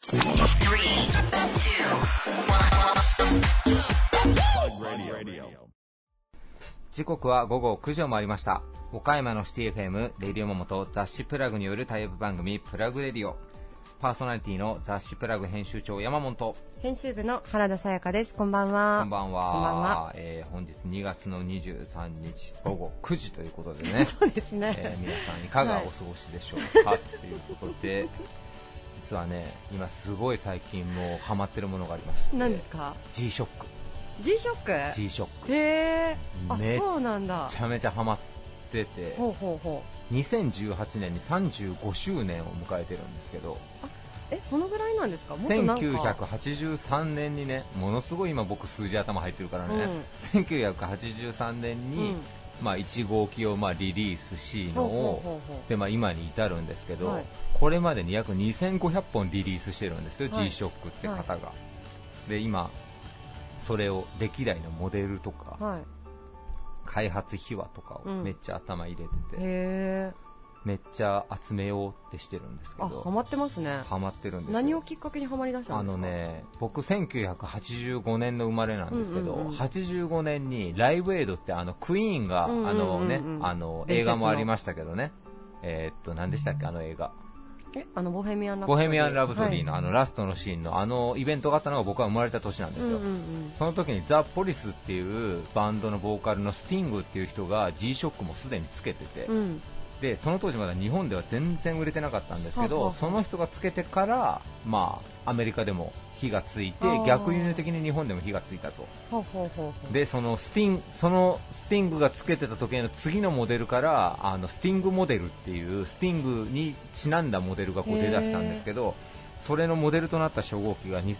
時刻は午後9時を回りました。岡山のシティ FM レディオモモと雑誌プラグによるタイアップ番組プラグレディオ、パーソナリティの雑誌プラグ編集長山本と編集部の原田さやかです。こんばんは。 こんばんは。本日2月の23日午後9時ということでねそうですね、 皆さんいかがお過ごしでしょうか、ということで実はね、今すごい最近もうハマってるものがありまして。 何ですか？ G ショック。 G ショック。 G ショック。 へー、 そうなんだ。 めちゃめちゃハマってて、 ほう 2018年に35周年を迎えてるんですけど。 そのぐらいなんですか？もっとなんか 1983年にね、ものすごい今僕数字頭入ってるからね、1983年に、1号機をリリースしのをで、今に至るんですけど、これまでに約2500本リリースしてるんですよ、G ショックって方が。で今それを歴代のモデルとか、開発秘話とかをめっちゃ頭入れてて、めっちゃ集めようってしてるんですけど。 ハマってますね。 ハマってるんですよ。 何をきっかけにハマりだしたんですか？ 僕1985年の生まれなんですけど、85年にライブエイドってクイーンが映画もありましたけどね、何でしたっけ、映画。 ボヘミアンラブソディのラストのシーンのイベントがあったのが僕が生まれた年なんですよ。その時にザ・ポリスっていうバンドのボーカルのスティングっていう人が G ショックもすでにつけてて、でその当時まだ日本では全然売れてなかったんですけど、その人がつけてからアメリカでも火がついて、逆輸入的に日本でも火がついたと。でそのスティングがつけてた時計の次のモデルからスティングモデルっていうスティングにちなんだモデルが出だしたんですけど、それのモデルとなった初号機が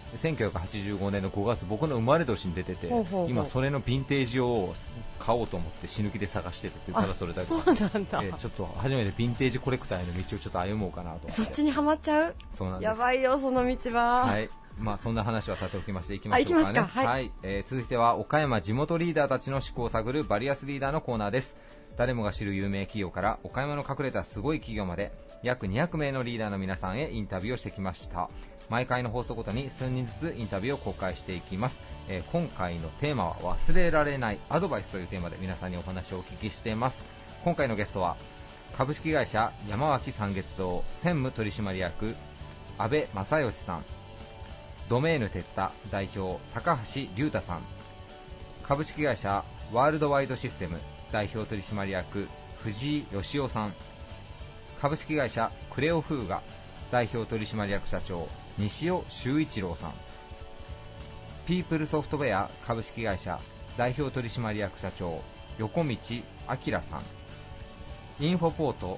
1985年の5月、僕の生まれ年に出てて、今それのヴィンテージを買おうと思って死ぬ気で探してるっていう、ただそれだけです。ちょっと初めてヴィンテージコレクターへの道をちょっと歩もうかなと思って。 そっちにはまっちゃう。 そうなんです。 やばいよその道は。 はい、そんな話はさておきましていきましょうかね。続いては岡山地元リーダーたちの思考を探るバリアスリーダーのコーナーです。誰もが知る有名企業から岡山の隠れたすごい企業まで、約200名のリーダーの皆さんへインタビューをしてきました。毎回の放送ごとに数人ずつインタビューを公開していきます。今回のテーマは忘れられないアドバイスというテーマで皆さんにお話をお聞きしています。今回のゲストは株式会社山脇三月堂専務取締役阿部正義さん、ドメーヌテッタ代表高橋龍太さん、株式会社ワールドワイドシステム代表取締役藤井義雄さん、株式会社クレオフーガ代表取締役社長西尾修一郎さん、ピープルソフトウェア株式会社代表取締役社長横道明さん、インフォポート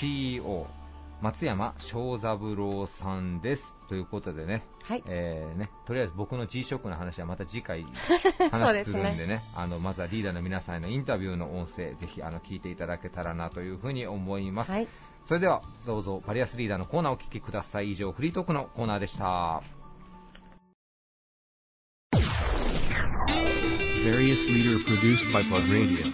CEO 松山正三郎さんですということでね、とりあえず僕の G ショックの話はまた次回話するんでねまずはリーダーの皆さんへのインタビューの音声ぜひ聞いていただけたらなというふうに思います。それではどうぞバリアスリーダーのコーナーをお聞きください。以上フリートークのコーナーでした。 Various Leader produced by Plug Radio。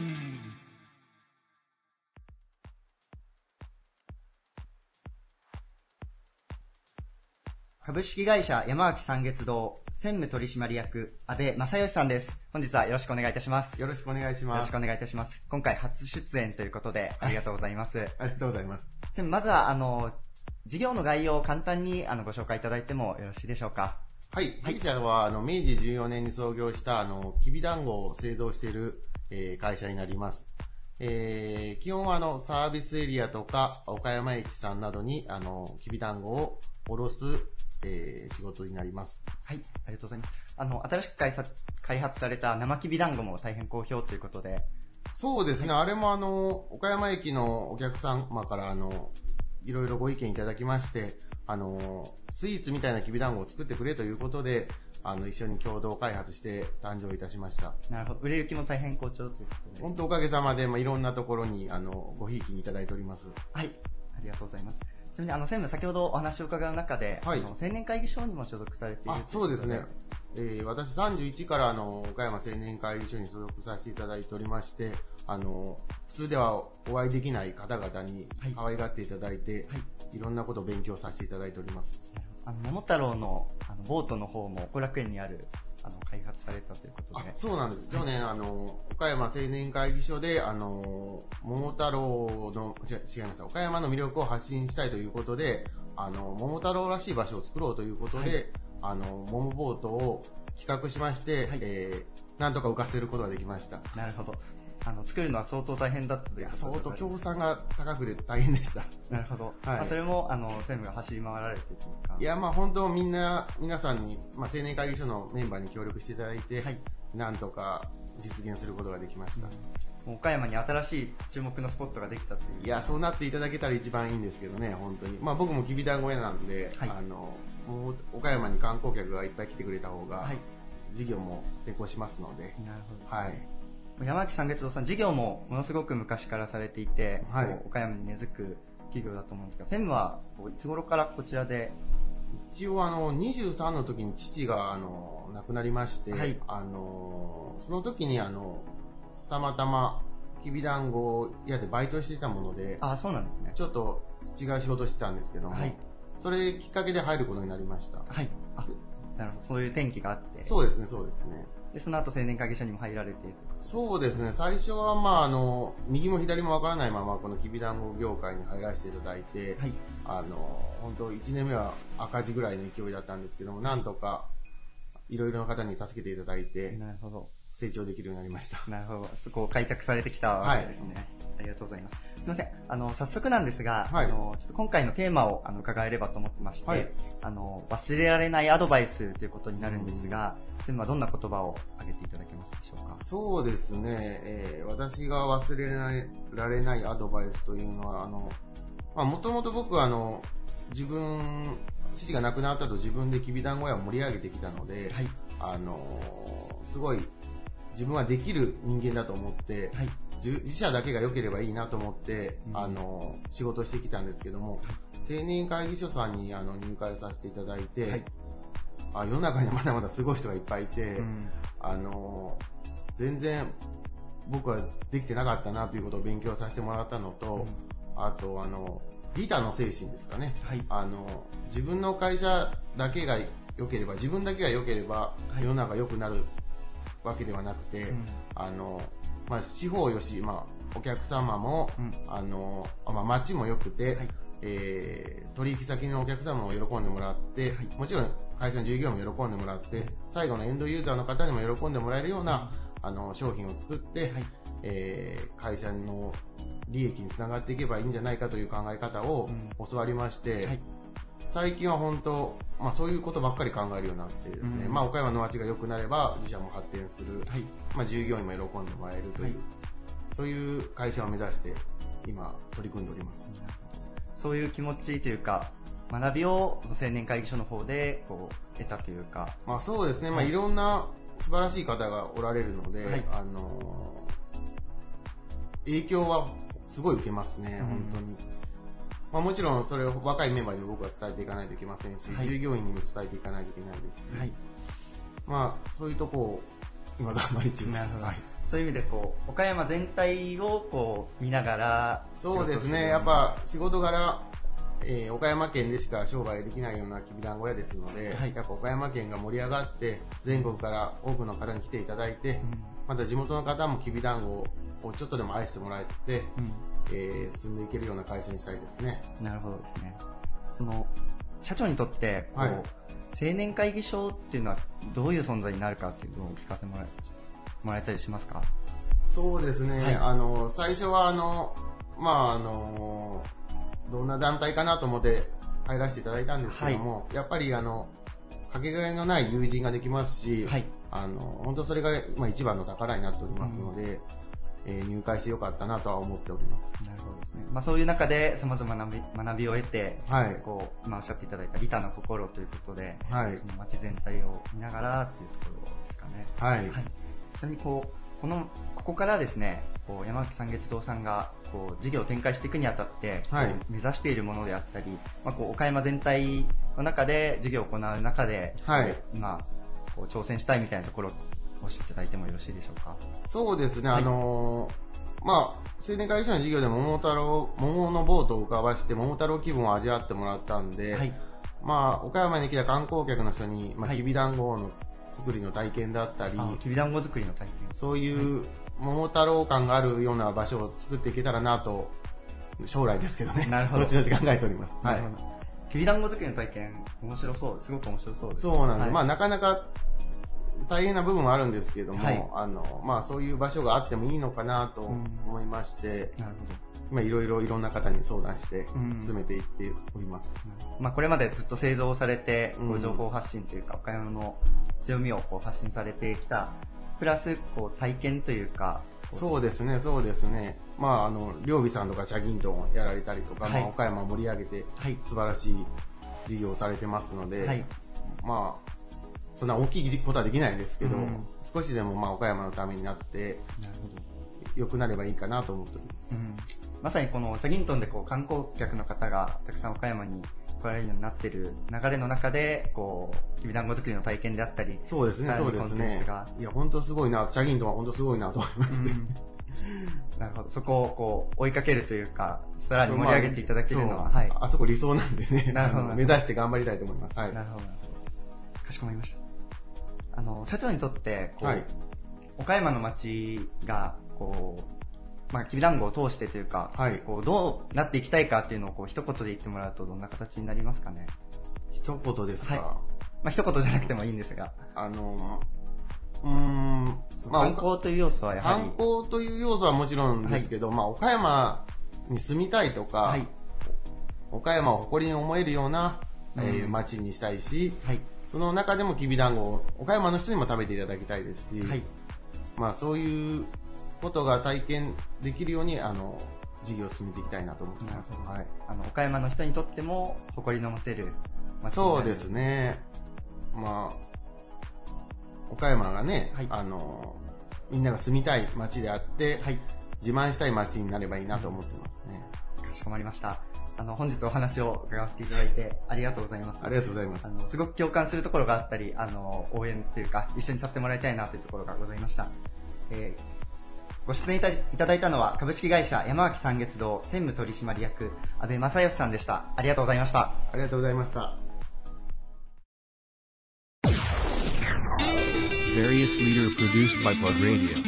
株式会社山脇三月堂専務取締役阿部正義さんです。本日はよろしくお願いいたします。 よろしくお願いします。 よろしくお願いいたします。今回初出演ということでありがとうございます。 ありがとうございます。 専務、まずは事業の概要を簡単にご紹介いただいてもよろしいでしょうか。 はい。弊社は明治14年に創業したきびだんごを製造している、会社になります。基本はサービスエリアとか岡山駅さんなどにきびだんごを卸す仕事になります。 はい、ありがとうございます。新しく開発された生きびだんごも大変好評ということで。 そうですね、あれも岡山駅のお客様からいろいろご意見いただきまして、スイーツみたいなきびだんごを作ってくれということで、一緒に共同開発して誕生いたしました。 なるほど。売れ行きも大変好調ということで。 本当おかげさまで、いろんなところに、ごひいきにいただいております。 はい、ありがとうございます。ちなみに専務、先ほどお話を伺う中で、青年会議所にも所属されているということで。 そうですね。私31から岡山青年会議所に所属させていただいておりまして、普通ではお会いできない方々に可愛がっていただいて、いろんなことを勉強させていただいております。 桃太郎のボートの方も後楽園にある開発されたということで。 そうなんです。去年、岡山青年会議所で、桃太郎の、違いました。岡山の魅力を発信したいということで、桃太郎らしい場所を作ろうということで、桃ボートを企画しまして、なんとか浮かせることができました。 なるほど。作るのは相当大変だったということで。 相当協賛が高くて大変でした。 なるほど。それも、専務が走り回られてというか。 いや、本当皆さんに、青年会議所のメンバーに協力していただいて、なんとか実現することができました。 岡山に新しい注目のスポットができたという。 いや、そうなっていただけたら一番いいんですけどね、本当に。僕もきびだんご屋なんで、もう岡山に観光客がいっぱい来てくれた方が、事業も成功しますので。 なるほど。山脇三月堂さん、事業もものすごく昔からされていて、岡山に根付く企業だと思うんですが、専務はいつ頃からこちらで？ 一応23の時に父が亡くなりまして、その時にたまたまきびだんご屋でバイトしていたもので、 そうなんですね。 ちょっと違う仕事してたんですけども、それきっかけで入ることになりました。 なるほど、そういう転機があって。 そうですね、そうですね。 で、その後青年会議所にも入られている。 そうですね、最初は右も左もわからないままこのきびだんご業界に入らせていただいて、本当1年目は赤字ぐらいの勢いだったんですけども、なんとかいろいろな方に助けていただいて、 なるほど。 成長できるようになりました。 なるほど。そこを開拓されてきたわけですね。ありがとうございます。すいません。早速なんですが、ちょっと今回のテーマを伺えればと思ってまして、忘れられないアドバイスということになるんですが、専務はどんな言葉を挙げていただけますでしょうか？ そうですね、私が忘れられないアドバイスというのは、もともと僕は父が亡くなったと自分できびだんご屋を盛り上げてきたので、すごい自分はできる人間だと思って、自社だけが良ければいいなと思って、仕事してきたんですけども、青年会議所さんに入会させていただいて、世の中にはまだまだすごい人がいっぱいいて、全然僕はできてなかったなということを勉強させてもらったのと、あと利他の精神ですかね、自分の会社だけが良ければ、自分だけが良ければ世の中良くなるわけではなくて、地方よし、お客様も、街も良くて、取引先のお客様も喜んでもらって、もちろん会社の従業員も喜んでもらって、最後のエンドユーザーの方にも喜んでもらえるような商品を作って、会社の利益につながっていけばいいんじゃないかという考え方を教わりまして、最近は本当、そういうことばっかり考えるようになってですね、岡山の街が良くなれば自社も発展する、従業員も喜んでもらえるという、そういう会社を目指して今取り組んでおります。 そういう気持ちというか、学びを青年会議所の方で得たというか。 そうですね、いろんな素晴らしい方がおられるので、影響はすごい受けますね、本当に。もちろんそれを若いメンバーに僕は伝えていかないといけませんし、従業員にも伝えていかないといけないですし、そういうとこを今頑張り中です。 そういう意味で岡山全体を見ながら。 そうですね、やっぱ仕事柄、岡山県でしか商売できないようなきびだんご屋ですので、やっぱ岡山県が盛り上がって全国から多くの方に来ていただいて、また地元の方もきびだんごをちょっとでも愛してもらえて、進んでいけるような会社にしたいですね。 なるほどですね。社長にとって青年会議所っていうのはどういう存在になるかっていうのを聞かせてもらえたりしますか？ そうですね、最初はどんな団体かなと思って入らせていただいたんですけども、やっぱりかけがえのない友人ができますし、本当それが一番の宝になっておりますので、入会してよかったなとは思っております。 なるほどですね。そういう中で様々な学びを得て、今おっしゃっていただいた利他の心ということで、その街全体を見ながらっていうところですかね。ちなみにここからですね、山脇三月堂さんが事業を展開していくにあたって、目指しているものであったり、岡山全体の中で事業を行う中で、今挑戦したいみたいなところを教えていただいてもよろしいでしょうか？ そうですね、青年会議所の事業で桃のボートを浮かばして桃太郎気分を味わってもらったんで、 岡山に来た観光客の人に、きびだんごの作りの体験だったり、 きびだんご作りの体験、 そういう桃太郎感があるような場所を作っていけたらなと、将来ですけどね、後々考えております。はい。 きびだんご作りの体験、面白そう、すごく面白そうです、 ね。そうなんです。なかなか大変な部分はあるんですけども、そういう場所があってもいいのかなと思いまして、なるほど。今いろんな方に相談して進めていっております。 これまでずっと製造されて、情報発信というか、岡山の強みを発信されてきた、プラス体験というか、 そうですね。両備さんとかチャギントンをやられたりとか、岡山を盛り上げて、素晴らしい事業をされてますので、そんな大きいことはできないですけど、少しでも岡山のためになって、良くなればいいかなと思っております。 まさにこのチャギントンで観光客の方がたくさん岡山に来られるようになっている流れの中で、きびだんご作りの体験であったり、 そうですね。いや、本当すごいな、チャギントンは本当すごいなと思いまして。 なるほど。そこを追いかけるというか、さらに盛り上げていただけるのは、 あそこ理想なんでね、目指して頑張りたいと思います。 なるほど。かしこまりました。社長にとって、岡山の街が、きびだんごを通してというか、どうなっていきたいかっていうのを一言で言ってもらうとどんな形になりますかね。 一言ですか。 一言じゃなくてもいいんですが。観光という要素はやはり。 観光という要素はもちろんですけど、岡山に住みたいとか、岡山を誇りに思えるような、街にしたいし、その中でもきびだんごを岡山の人にも食べていただきたいですし、そういうことが体験できるように事業を進めていきたいなと思っています。 岡山の人にとっても誇りの持てる街になる。そうですね。岡山がね、みんなが住みたい街であって、自慢したい街になればいいなと思ってますね。 かしこまりました。本日お話を伺わせていただいてありがとうございます。 ありがとうございます。 すごく共感するところがあったり、応援というか一緒にさせてもらいたいなというところがございました。ご出演いただいたのは株式会社山脇三月堂専務取締役阿部正義さんでした。ありがとうございました。 ありがとうございました。 Various leader produced by Plug Radio。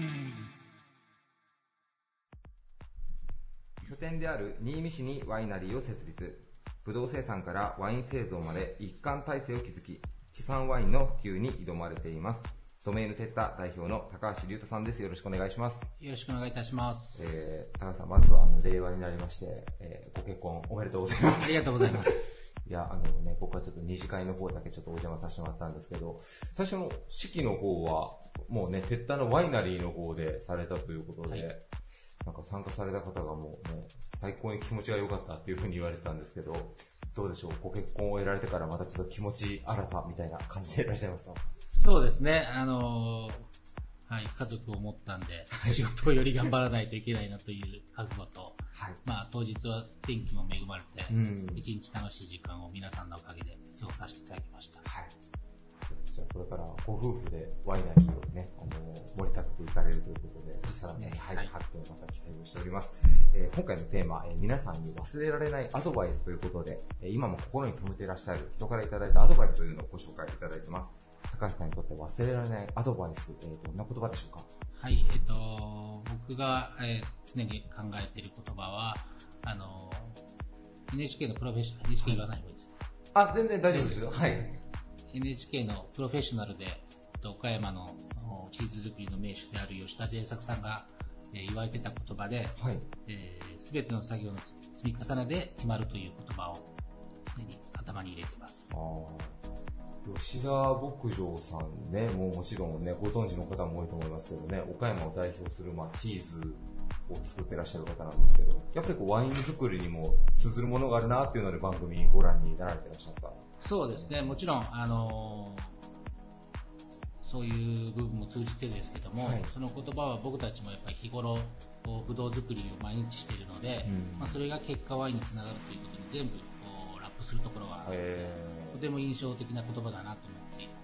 拠点である新見市にワイナリーを設立。ブドウ生産からワイン製造まで一貫体制を築き、地産ワインの普及に挑まれています。ドメイヌテッタ代表の高橋隆太さんです。よろしくお願いします。 よろしくお願いいたします。 高橋さん、まずは令和になりまして、ご結婚おめでとうございます。 ありがとうございます。 いや、僕はちょっと二次会の方だけちょっとお邪魔させてもらったんですけど、最初の式の方は、もうね、テッタのワイナリーの方でされたということで、なんか参加された方がもうね、最高に気持ちが良かったっていう風に言われてたんですけど、どうでしょう、ご結婚を得られてからまたちょっと気持ち新たみたいな感じでいらっしゃいますか？ そうですね、家族を持ったんで、仕事をより頑張らないといけないなという覚悟と、当日は天気も恵まれて、一日楽しい時間を皆さんのおかげで過ごさせていただきました。 じゃあこれからご夫婦でワイナリーをね、盛り立てていかれるということで、さらに発展をまた期待をしております。今回のテーマ、皆さんに忘れられないアドバイスということで、今も心に留めていらっしゃる人からいただいたアドバイスというのをご紹介いただいてます。高橋さんにとって忘れられないアドバイス、どんな言葉でしょうか？ はい、僕が、常に考えている言葉は、NHK のプロフェッショナル、NHK 言わない方がいいです。 全然大丈夫ですよ。はい。 NHK のプロフェッショナルで、岡山のチーズ作りの名手である吉田善作さんが、言われてた言葉で、すべての作業の積み重ねで決まるという言葉を常に頭に入れています。 吉田牧場さんね、もちろんね、ご存知の方も多いと思いますけどね、岡山を代表するチーズを作ってらっしゃる方なんですけど、やっぱりワイン作りにも通ずるものがあるなっていうので番組ご覧になられてらっしゃった？ そうですね、もちろん、そういう部分も通じてですけども、その言葉は僕たちもやっぱり日頃、ブドウ作りを毎日しているので、それが結果ワインにつながるということに全部ラップするところは、とても印象的な言葉だなと思って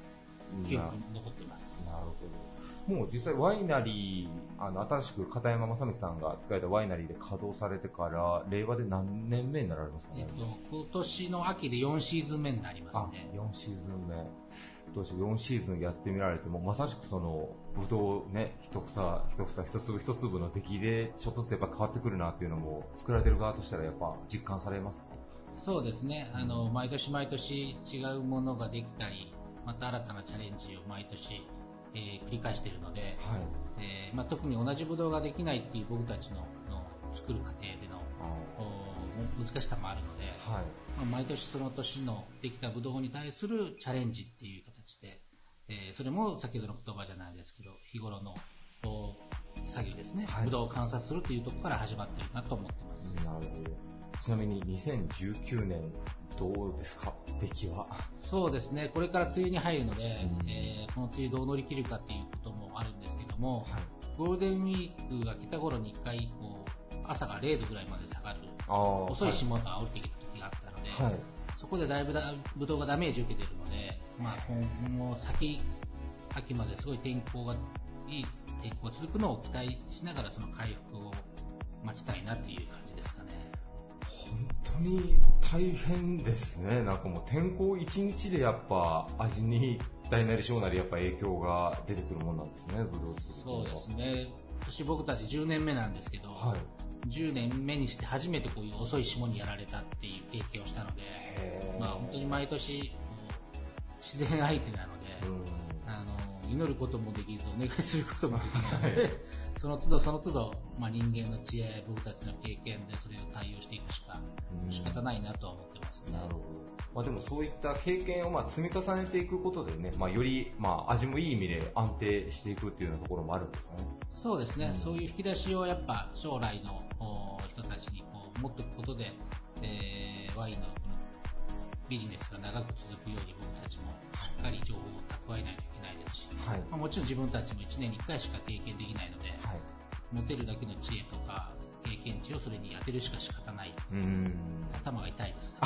記憶に残ってます。 なるほど。もう実際ワイナリー、新しく片山正道さんが使えたワイナリーで稼働されてから令和で何年目になられますかね。 今年の秋で4シーズン目になりますね。 4シーズン目。どうしよう、4シーズンやってみられても、まさしくそのブドウね、一房一粒一粒の出来でちょっとずつやっぱ変わってくるなっていうのも作られてる側としたらやっぱ実感されますか？ そうですね。毎年毎年違うものができたり、また新たなチャレンジを毎年、繰り返しているので、はい特に同じブドウができないっていう僕たちの作る過程での難しさもあるので、はい毎年その年のできたブドウに対するチャレンジっていう形で、それも先ほどの言葉じゃないですけど日頃の作業ですね、はい、ブドウを観察するというところから始まっているなと思ってます。 なるほど。ちなみに2019年どうですか、出来は？ そうですね、これから梅雨に入るので、この梅雨どう乗り切るかっていうこともあるんですけども、はい、ゴールデンウィークが来た頃に1回朝が0度ぐらいまで下がる遅い霜が降りてきた時があったので、はい、そこでだいぶブドウがダメージを受けているので、今後先秋まですごいいい天候が続くのを期待しながらその回復を待ちたいなっていう感じですかね。 本当に大変ですね。なんかもう天候1日でやっぱ味に大なり小なりやっぱ影響が出てくるもんなんですね、ブドウ。 そうですね。今年僕たち10年目なんですけど、はい、10年目にして初めてこういう遅い霜にやられたっていう経験をしたので、本当に毎年自然相手なので、祈ることもできずお願いすることもできないので、はい、その都度その都度、人間の知恵、僕たちの経験でそれを対応していくしか仕方ないなとは思ってますね。なるほど。でもそういった経験を積み重ねていくことでね、より味もいい意味で安定していくっていうようなところもあるんですね。 そうですね。そういう引き出しをやっぱ将来の人たちに持っていくことで、ワインのビジネスが長く続くように僕たちもしっかり情報を蓄えないといけないですし、はい、もちろん自分たちも1年に1回しか経験できないので、はい、持てるだけの知恵とか経験値をそれに当てるしか仕方ない。頭が痛いです、ね、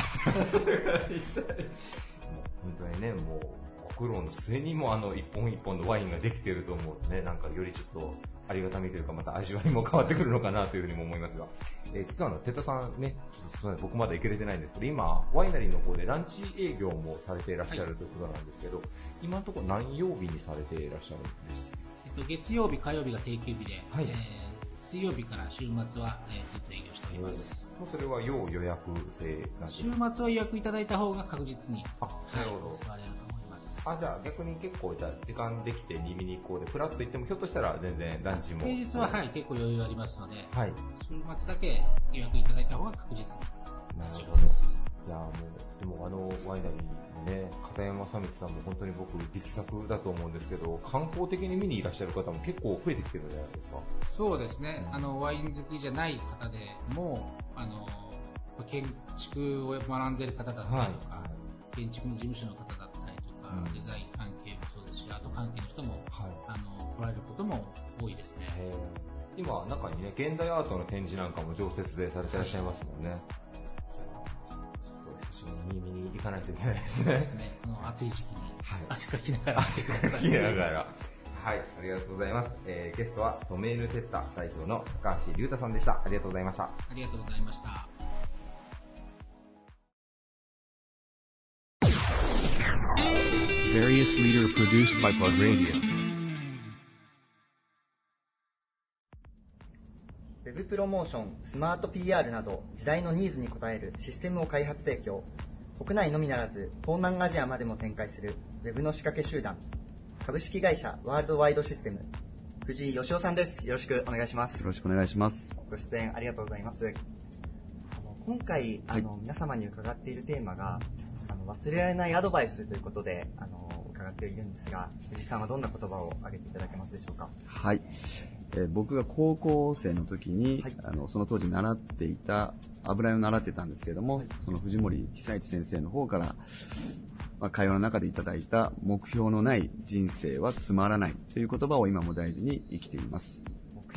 本当にね、もう苦労の末にも一本一本のワインができていると思うとね、なんかよりちょっとありがたみというか、また味わいも変わってくるのかなというふうにも思いますが、実はテトさんね、ちょっと僕まだ行けれてないんですけど、今ワイナリーの方でランチ営業もされていらっしゃるということなんですけど、はい、今のところ何曜日にされていらっしゃるんですか？ 月曜日、火曜日が定休日で、はい、水曜日から週末は、ずっと営業しております。 それは要予約制なんですか？ 週末は予約いただいた方が確実に、 なるほど、 座れると思います。 じゃあ逆に結構時間できて見に行こうでフラッと行ってもひょっとしたら全然ランチも平日は、結構余裕ありますので、はい、週末だけ予約いただいた方が確実に大丈夫です。 いやでもワイナリーね、片山正道さんも本当に僕力作だと思うんですけど、観光的に見にいらっしゃる方も結構増えてきてるんじゃないですか？ そうですね、ワイン好きじゃない方でも建築を学んでいる方だったりとか、建築の事務所の方だったりとか、デザイン関係もそうですし、アート関係の人も、来られることも多いですね。 今中にね、現代アートの展示なんかも常設でされていらっしゃいますもんね。見に行かないといけないですね。 この暑い時期に汗かきながら、 はい、ありがとうございます。ゲストはドメーヌテッタ代表の高橋龍太さんでした。ありがとうございました。 ありがとうございました。 Various leader produced by Plug Radio。 ウェブプロモーション、スマート PR など時代のニーズに応えるシステムを開発提供。国内のみならず東南アジアまでも展開するウェブの仕掛け集団、株式会社ワールドワイドシステム、藤井義雄さんです。よろしくお願いします。 よろしくお願いします。 ご出演ありがとうございます。今回皆様に伺っているテーマが忘れられないアドバイスということで伺っているんですが、藤井さんはどんな言葉を挙げていただけますでしょうか？ はい、僕が高校生の時に、その当時習っていた油絵を習ってたんですけれども、その藤森久一先生の方から、会話の中でいただいた目標のない人生はつまらないという言葉を今も大事に生きています。 目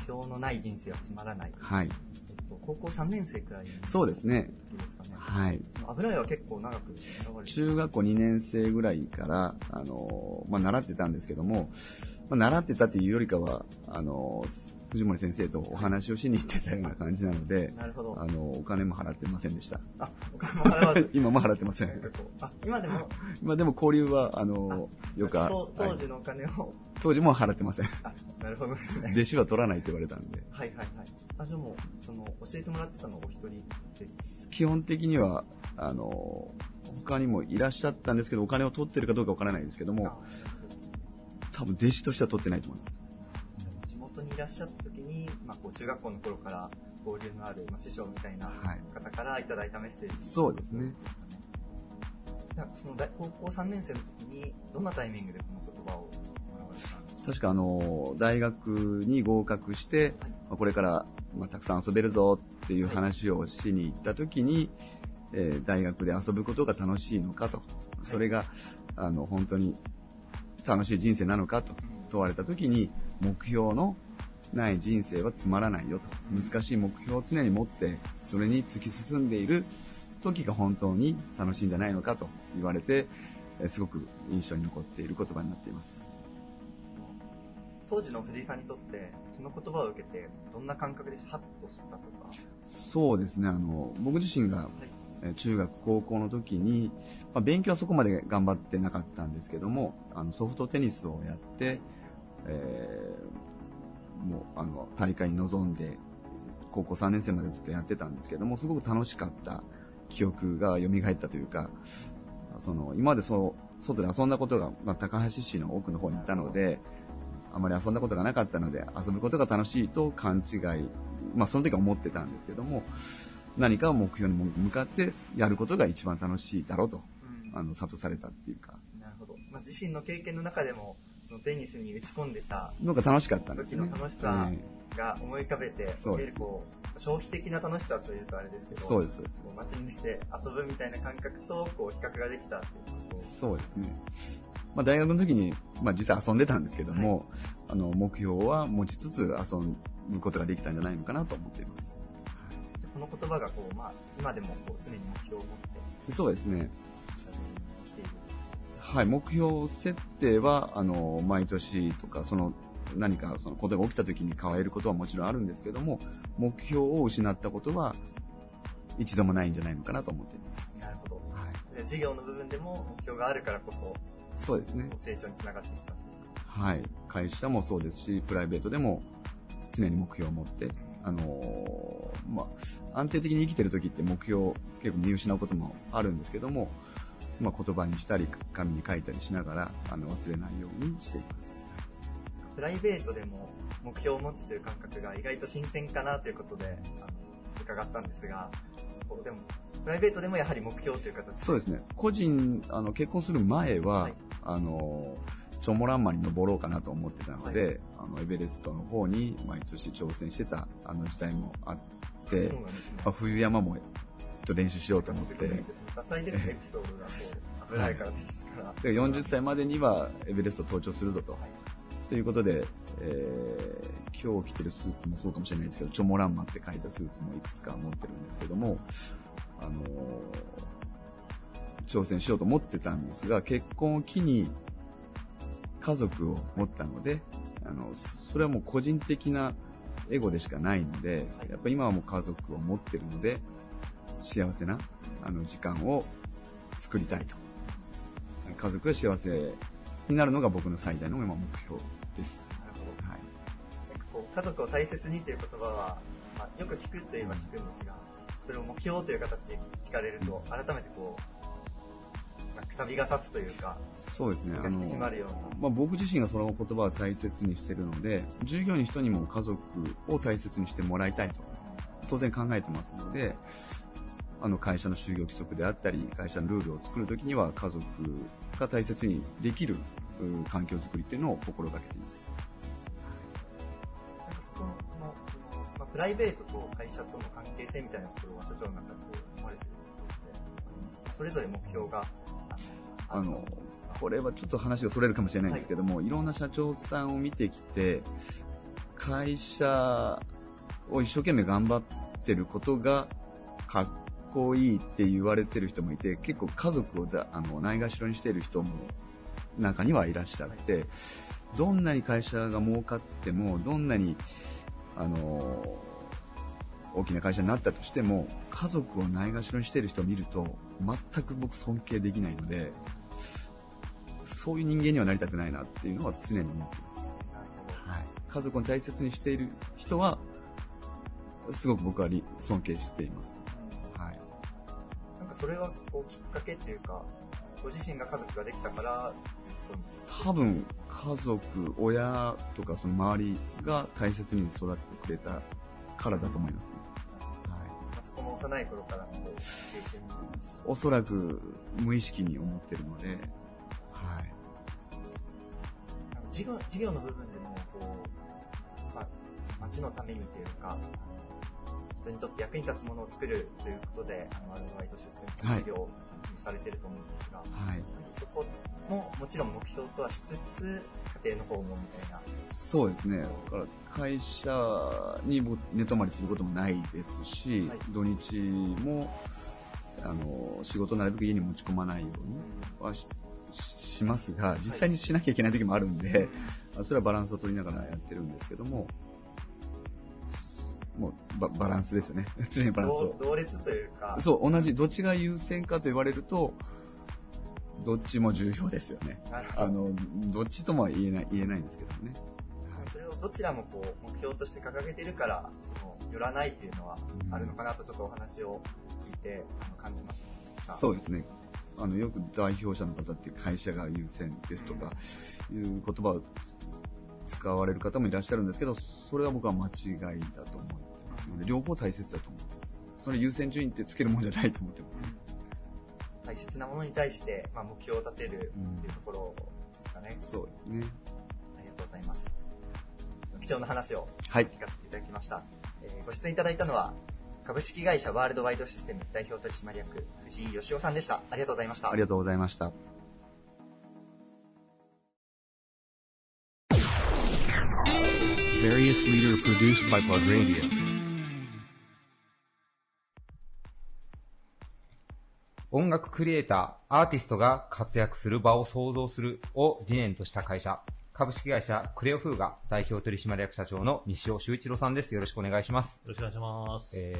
標のない人生はつまらない。 はい。 高校3年生くらいそうですね。 ですかね。 はい。 その油絵は結構長く中学校2年生ぐらいから、習ってたんですけども、習ってたっていうよりかは、藤森先生とお話をしに行ってたような感じなので、 なるほど。 お金も払ってませんでした。 あ、お金も払わず今も払ってません。 今でも今でも交流は、よく当時のお金を。 当時も払ってません。 なるほどですね。 弟子は取らないって言われたんで。 はいはいはい。じゃあもう、教えてもらってたのはお一人で？ 基本的には、他にもいらっしゃったんですけど、お金を取ってるかどうかわからないんですけども、多分弟子としては取ってないと思います。 地元にいらっしゃった時に、中学校の頃から交流のある、師匠みたいな方からいただいたメッセージ、 そうですね。 その高校3年生の時にどんなタイミングでこの言葉を学ばれたんですか？ 確か大学に合格して、これから、たくさん遊べるぞっていう話をしに行った時に、大学で遊ぶことが楽しいのかと、それが本当に楽しい人生なのかと問われた時に、目標のない人生はつまらないよと、難しい目標を常に持ってそれに突き進んでいる時が本当に楽しいんじゃないのかと言われて、すごく印象に残っている言葉になっています。 当時の藤井さんにとってその言葉を受けてどんな感覚でハッとしたとか？ そうですね、僕自身が中学高校の時に、勉強はそこまで頑張ってなかったんですけども、ソフトテニスをやって、もう大会に臨んで高校3年生までずっとやってたんですけども、すごく楽しかった記憶が蘇ったというか、今まで外で遊んだことが、高橋市の奥の方にいたので、あまり遊んだことがなかったので、遊ぶことが楽しいと勘違い、その時は思ってたんですけども、何かを目標に向かってやることが一番楽しいだろうと、諭されたっていうか。 なるほど。自身の経験の中でも、そのテニスに打ち込んでたのが楽しかったんですね。 時の楽しさが思い浮かべて、 そうですね。 消費的な楽しさというとあれですけど、 そうです、そうです。 街に出て遊ぶみたいな感覚と比較ができたっていうこと。 そうですね。大学の時に、実際遊んでたんですけども、目標は持ちつつ遊ぶことができたんじゃないのかなと思っています。 この言葉が今でも常に目標を持ってそうですね。 生きている。 はい、目標設定は毎年とか何かことが起きた時に変えることはもちろんあるんですけども、目標を失ったことは一度もないんじゃないのかなと思っています。 なるほど。はい。授業の部分でも目標があるからこそ、 そうですね。 成長につながってきたというか。 はい。会社もそうですし、プライベートでも常に目標を持って、安定的に生きてる時って目標を結構見失うこともあるんですけども、言葉にしたり紙に書いたりしながら忘れないようにしています。 プライベートでも目標を持つという感覚が意外と新鮮かなということで伺ったんですが、でもプライベートでもやはり目標という形で。 そうですね。個人結婚する前は、はい、チョモランマに登ろうかなと思ってたので、はい、エベレストの方に毎年挑戦してた時代もあって、そうなんですね。冬山も練習しようと思って。すごいですね。 多彩ですね、エピソードが危ないからですから。 で40歳までにはエベレスト登頂するぞと。はい、ということで、今日着てるスーツもそうかもしれないですけど、チョモランマって書いたスーツもいくつか持ってるんですけども、挑戦しようと思ってたんですが、結婚を機に家族を持ったので、それはもう個人的なエゴでしかないので、やっぱ今はもう家族を持ってるので、幸せな時間を作りたいと。家族が幸せになるのが僕の最大の今目標です。 なるほど。はい、家族を大切にという言葉は、よく聞くといえば聞くんですが、それを目標という形で聞かれると、改めてくさびが立つというか、 そうですね。 引き締まるような。 僕自身がその言葉を大切にしているので、従業員の人にも家族を大切にしてもらいたいと、当然考えてますので、会社の就業規則であったり、会社のルールを作るときには家族が大切にできる環境づくりっていうのを心がけています。 なんかそこのプライベートと会社との関係性みたいなところは社長の中で思われているので、それぞれ目標がこれはちょっと話がそれるかもしれないんですけども、はい、いろんな社長さんを見てきて、 会社を一生懸命頑張ってることがかっこいいって言われてる人もいて、結構家族をないがしろにしている人も中にはいらっしゃって、どんなに会社が儲かっても、どんなに大きな会社になったとしても、家族をないがしろにしている人を見ると全く僕尊敬できないので、そういう人間にはなりたくないなっていうのは常に思っています。はい、家族を大切にしている人はすごく僕は尊敬しています。はい、 なんかそれはこうきっかけっていうか、ご自身が家族ができたからっていうことなんですか？ 多分家族、親とかその周りが大切に育ってくれたからだと思いますね。 はい、そこも幼い頃からの経験、 おそらく無意識に思ってるので、はい、 事業の部分でもこう、町のためにというか、人にとって役に立つものを作るということで、アルバイトシステムの事業をされていると思うんですが、はい、そこももちろん目標とはしつつ、家庭の方もみたいな。 そうですね。だから会社に寝泊まりすることもないですし、はい、土日も仕事なるべく家に持ち込まないようにはしますが、実際にしなきゃいけない時もあるんで、それはバランスを取りながらやってるんですけども、もうバランスですよね。常にバランスを。 同列というか。 そう、同じ、どっちが優先かと言われると、どっちも重要ですよね。どっちともは言えないんですけどね。 それをどちらもこう目標として掲げているから、寄らないっていうのはあるのかなとちょっとお話を聞いて感じました。 そうですね。よく代表者の方って会社が優先ですとかいう言葉を使われる方もいらっしゃるんですけど、それは僕は間違いだと思ってますので、両方大切だと思ってます。それ優先順位ってつけるもんじゃないと思ってますね。 大切なものに対して、目標を立てるっていうところですかね。 そうですね。 ありがとうございます。貴重な話を聞かせていただきました。ご出演いただいたのは、株式会社ワールドワイドシステム代表取締役藤井義雄さんでした。ありがとうございました。 ありがとうございました。 Various Leader produced by Plug Radio。 音楽クリエイター、アーティストが活躍する場を創造するを理念とした会社、株式会社クレオフーガ代表取締役社長の西尾修一郎さんです。よろしくお願いします。 よろしくお願いします。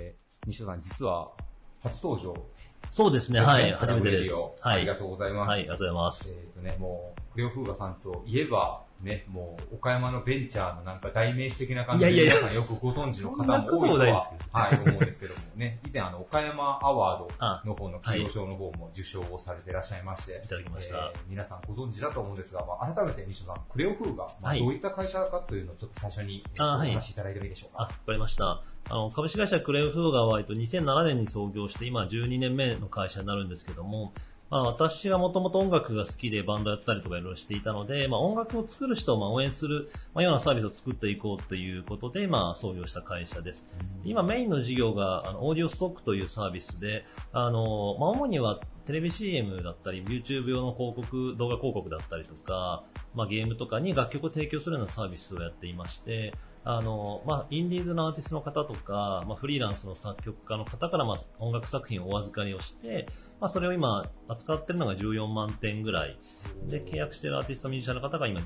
西尾さん、実は初登場。 そうですね、はい、初めてです。 はい、ありがとうございます。 はい、ありがとうございます。 もう、クレオフーガさんといえば、ね、もう、岡山のベンチャーのなんか代名詞的な感じで、皆さんよくご存知の方も多いとは、思うんですけどもね、以前岡山アワードの方の企業賞の方も受賞をされていらっしゃいまして、 いただきました。 皆さんご存知だと思うんですが、改めて西尾さん、クレオフーガ、どういった会社かというのをちょっと最初にお話しいただいてもいいでしょうか。 わかりました。株式会社クレオフーガは2007年に創業して、今12年目の会社になるんですけども、私がもともと音楽が好きでバンドやったりとかいろいろしていたので、音楽を作る人を応援するようなサービスを作っていこうということで、創業した会社です。今メインの事業がオーディオストックというサービスで、主にはテレビ CM だったり、YouTube 用の広告、動画広告だったりとか、ゲームとかに楽曲を提供するようなサービスをやっていまして、インディーズのアーティストの方とか、フリーランスの作曲家の方から音楽作品をお預かりをして、それを今扱っているのが14万点ぐらいで、契約しているアーティストミュージシャンの方が今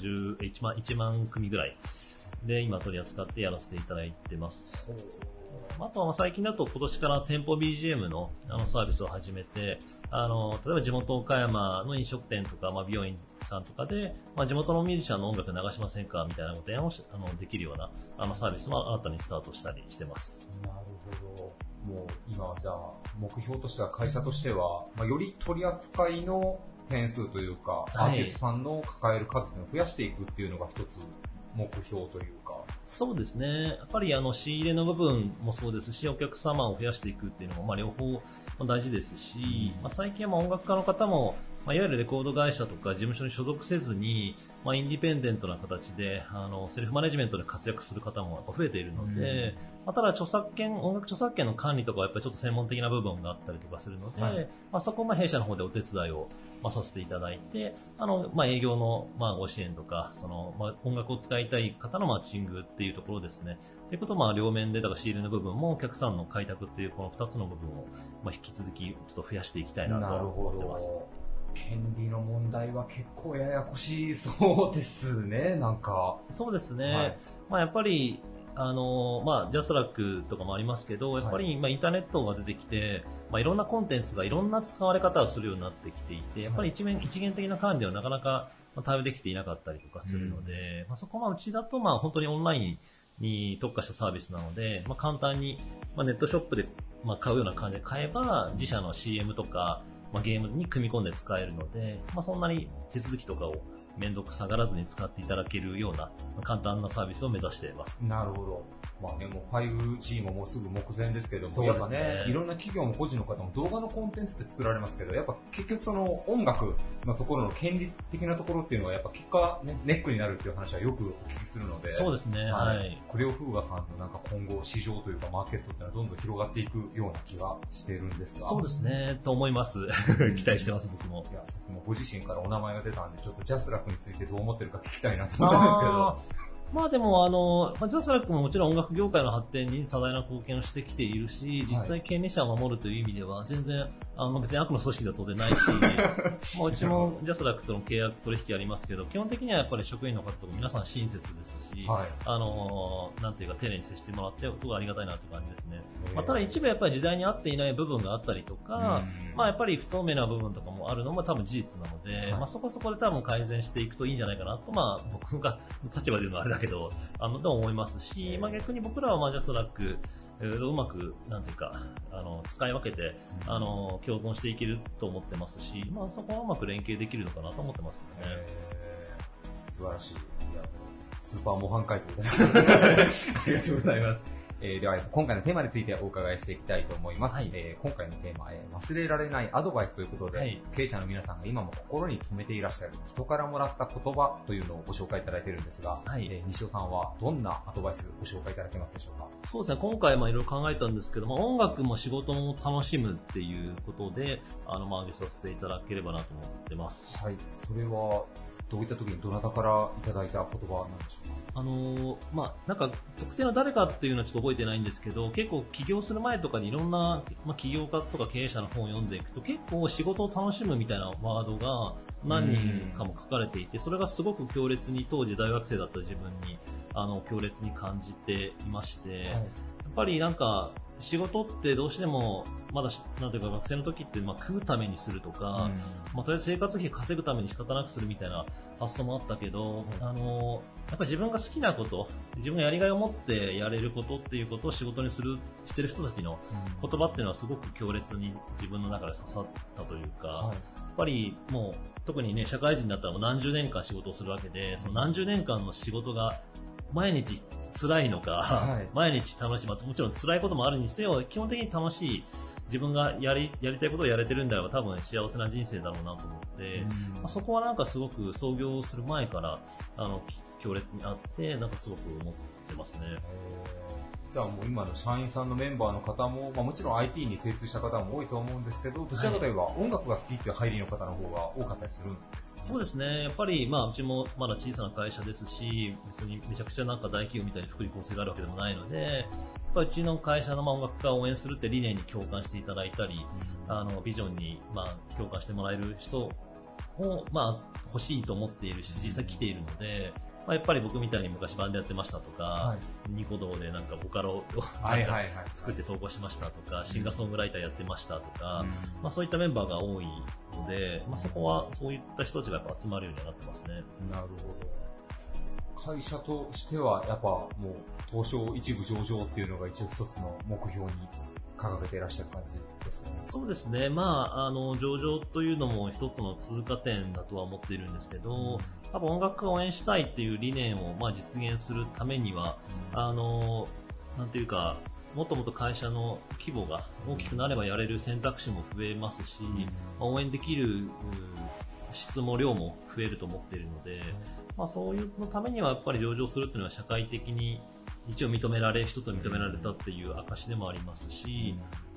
1万組ぐらいで今取り扱ってやらせていただいてます。あとは最近だと今年から店舗 BGM のサービスを始めて、例えば地元岡山の飲食店とか、美容院さんとかで、地元のミュージシャンの音楽流しませんかみたいなご提案をできるようなサービスも新たにスタートしたりしてます。 なるほど。もう今はじゃあ目標としては会社としては、より取り扱いの点数というか、アーティストさんの抱える数を増やしていくっていうのが一つ目標というか。 そうですね。やっぱり仕入れの部分もそうですし、お客様を増やしていくっていうのも両方大事ですし、最近は音楽家の方もいわゆるレコード会社とか事務所に所属せずに、インディペンデントな形でセルフマネジメントで活躍する方もやっぱ増えているので、ただ音楽著作権の管理とかはやっぱりちょっと専門的な部分があったりとかするので、そこも弊社の方でお手伝いをさせていただいて、営業のご支援とか、音楽を使いたい方のマッチングっていうところですね。ということを両面で、だから仕入れの部分もお客さんの開拓っていうこの2つの部分を引き続きちょっと増やしていきたいなと思ってます。 権利の問題は結構ややこしそうですね、なんか。 そうですね。やっぱり、ジャスラックとかもありますけど、やっぱりインターネットが出てきて、いろんなコンテンツがいろんな使われ方をするようになってきていて、やっぱり一元的な管理はなかなか対応できていなかったりとかするので、そこはうちだと本当にオンラインに特化したサービスなので、簡単にネットショップで買うような感じで買えば、自社の CM とかゲームに組み込んで使えるので、そんなに手続きとかを面倒くさがらずに使っていただけるような簡単なサービスを目指しています。 なるほど。もう 5G ももうすぐ目前ですけれども、そうですね。いろんな企業も個人の方も動画のコンテンツって作られますけど、やっぱ結局その音楽のところの権利的なところっていうのはやっぱ結果、ネックになるっていう話はよくお聞きするので、 そうですね。はい。 クレオフーガさんの今後市場というかマーケットっていうのはどんどん広がっていくような気がしているんですが。 そうですね。と思います。期待してます、僕も。 いや、さっきもご自身からお名前が出たんで、ちょっとジャスラックについてどう思ってるか聞きたいなと思ったんですけど。 でもジャスラックももちろん音楽業界の発展に多大な貢献をしてきているし、実際権利者を守るという意味では全然別に悪の組織では当然ないし、うちもジャスラックとの契約取引ありますけど、基本的にはやっぱり職員の方とか皆さん親切ですし、なんていうか丁寧に接してもらってすごいありがたいなという感じですね。ただ一部やっぱり時代に合っていない部分があったりとか、やっぱり不透明な部分とかもあるのも多分事実なので、そこはそこで多分改善していくといいんじゃないかなと、僕が立場で言うのはあれだけど、と思いますし、逆に僕らはジャスラックうまくなんていうか使い分けて共存していけると思ってますし、そこはうまく連携できるのかなと思ってますけどね。 素晴らしい。スーパー模範解答でありがとうございます。では今回のテーマについてお伺いしていきたいと思います。今回のテーマ、忘れられないアドバイスということで、経営者の皆さんが今も心に留めていらっしゃる人からもらった言葉というのをご紹介いただいているんですが、西尾さんはどんなアドバイスご紹介いただけますでしょうか。 そうですね、今回いろいろ考えたんですけども、音楽も仕事も楽しむっていうことで挙げさせていただければなと思ってます。 はい、それはどういった時にどなたからいただいた言葉なんでしょうか。 なんか特定の誰かっていうのはちょっと覚えてないんですけど、結構起業する前とかにいろんな、起業家とか経営者の本を読んでいくと、結構仕事を楽しむみたいなワードが何人かも書かれていて、それがすごく強烈に当時大学生だった自分に強烈に感じていまして、やっぱりなんか仕事ってどうしてもまだなんていうか学生の時って食うためにするとか、とりあえず生活費稼ぐために仕方なくするみたいな発想もあったけど、やっぱり自分が好きなこと、自分がやりがいを持ってやれることっていうことを仕事にしてる人たちの言葉っていうのはすごく強烈に自分の中で刺さったというか、やっぱりもう特にね社会人だったらもう何十年間仕事をするわけで、その何十年間の仕事が毎日辛いのか、毎日楽しい、もちろん辛いこともあるにせよ、基本的に楽しい、自分がやりたいことをやれてるんであれば多分幸せな人生だろうなと思って、そこはなんかすごく創業する前から強烈にあって、なんかすごく思ってますね。 じゃあもう今の社員さんのメンバーの方も、もちろん IT に精通した方も多いと思うんですけど、どちらかといえば音楽が好きっていう入りの方の方が多かったりするんですかね。 そうですね。やっぱりうちもまだ小さな会社ですし、別にめちゃくちゃなんか大企業みたいに福利厚生があるわけでもないので、やっぱりうちの会社の音楽家を応援するって理念に共感していただいたり、ビジョンに共感してもらえる人を欲しいと思っているし、実際来ているので、やっぱり僕みたいに昔バンドやってましたとか、ニコ動でなんかボカロを作って投稿しましたとか、シンガーソングライターやってましたとか、そういったメンバーが多いので、そこはそういった人たちがやっぱ集まるようになってますね。 なるほど。会社としてはやっぱもう東証一部上場っていうのが一応一つの目標に掲げていらっしゃる感じですかね。 そうですね。上場というのも一つの通過点だとは思っているんですけど、多分音楽を応援したいっていう理念を実現するためには、なんていうか、 もっともっと会社の規模が大きくなればやれる選択肢も増えますし、応援できる質も量も増えると思っているので、そういうのためにはやっぱり上場するというのは社会的に一つ認められたっていう証でもありますし、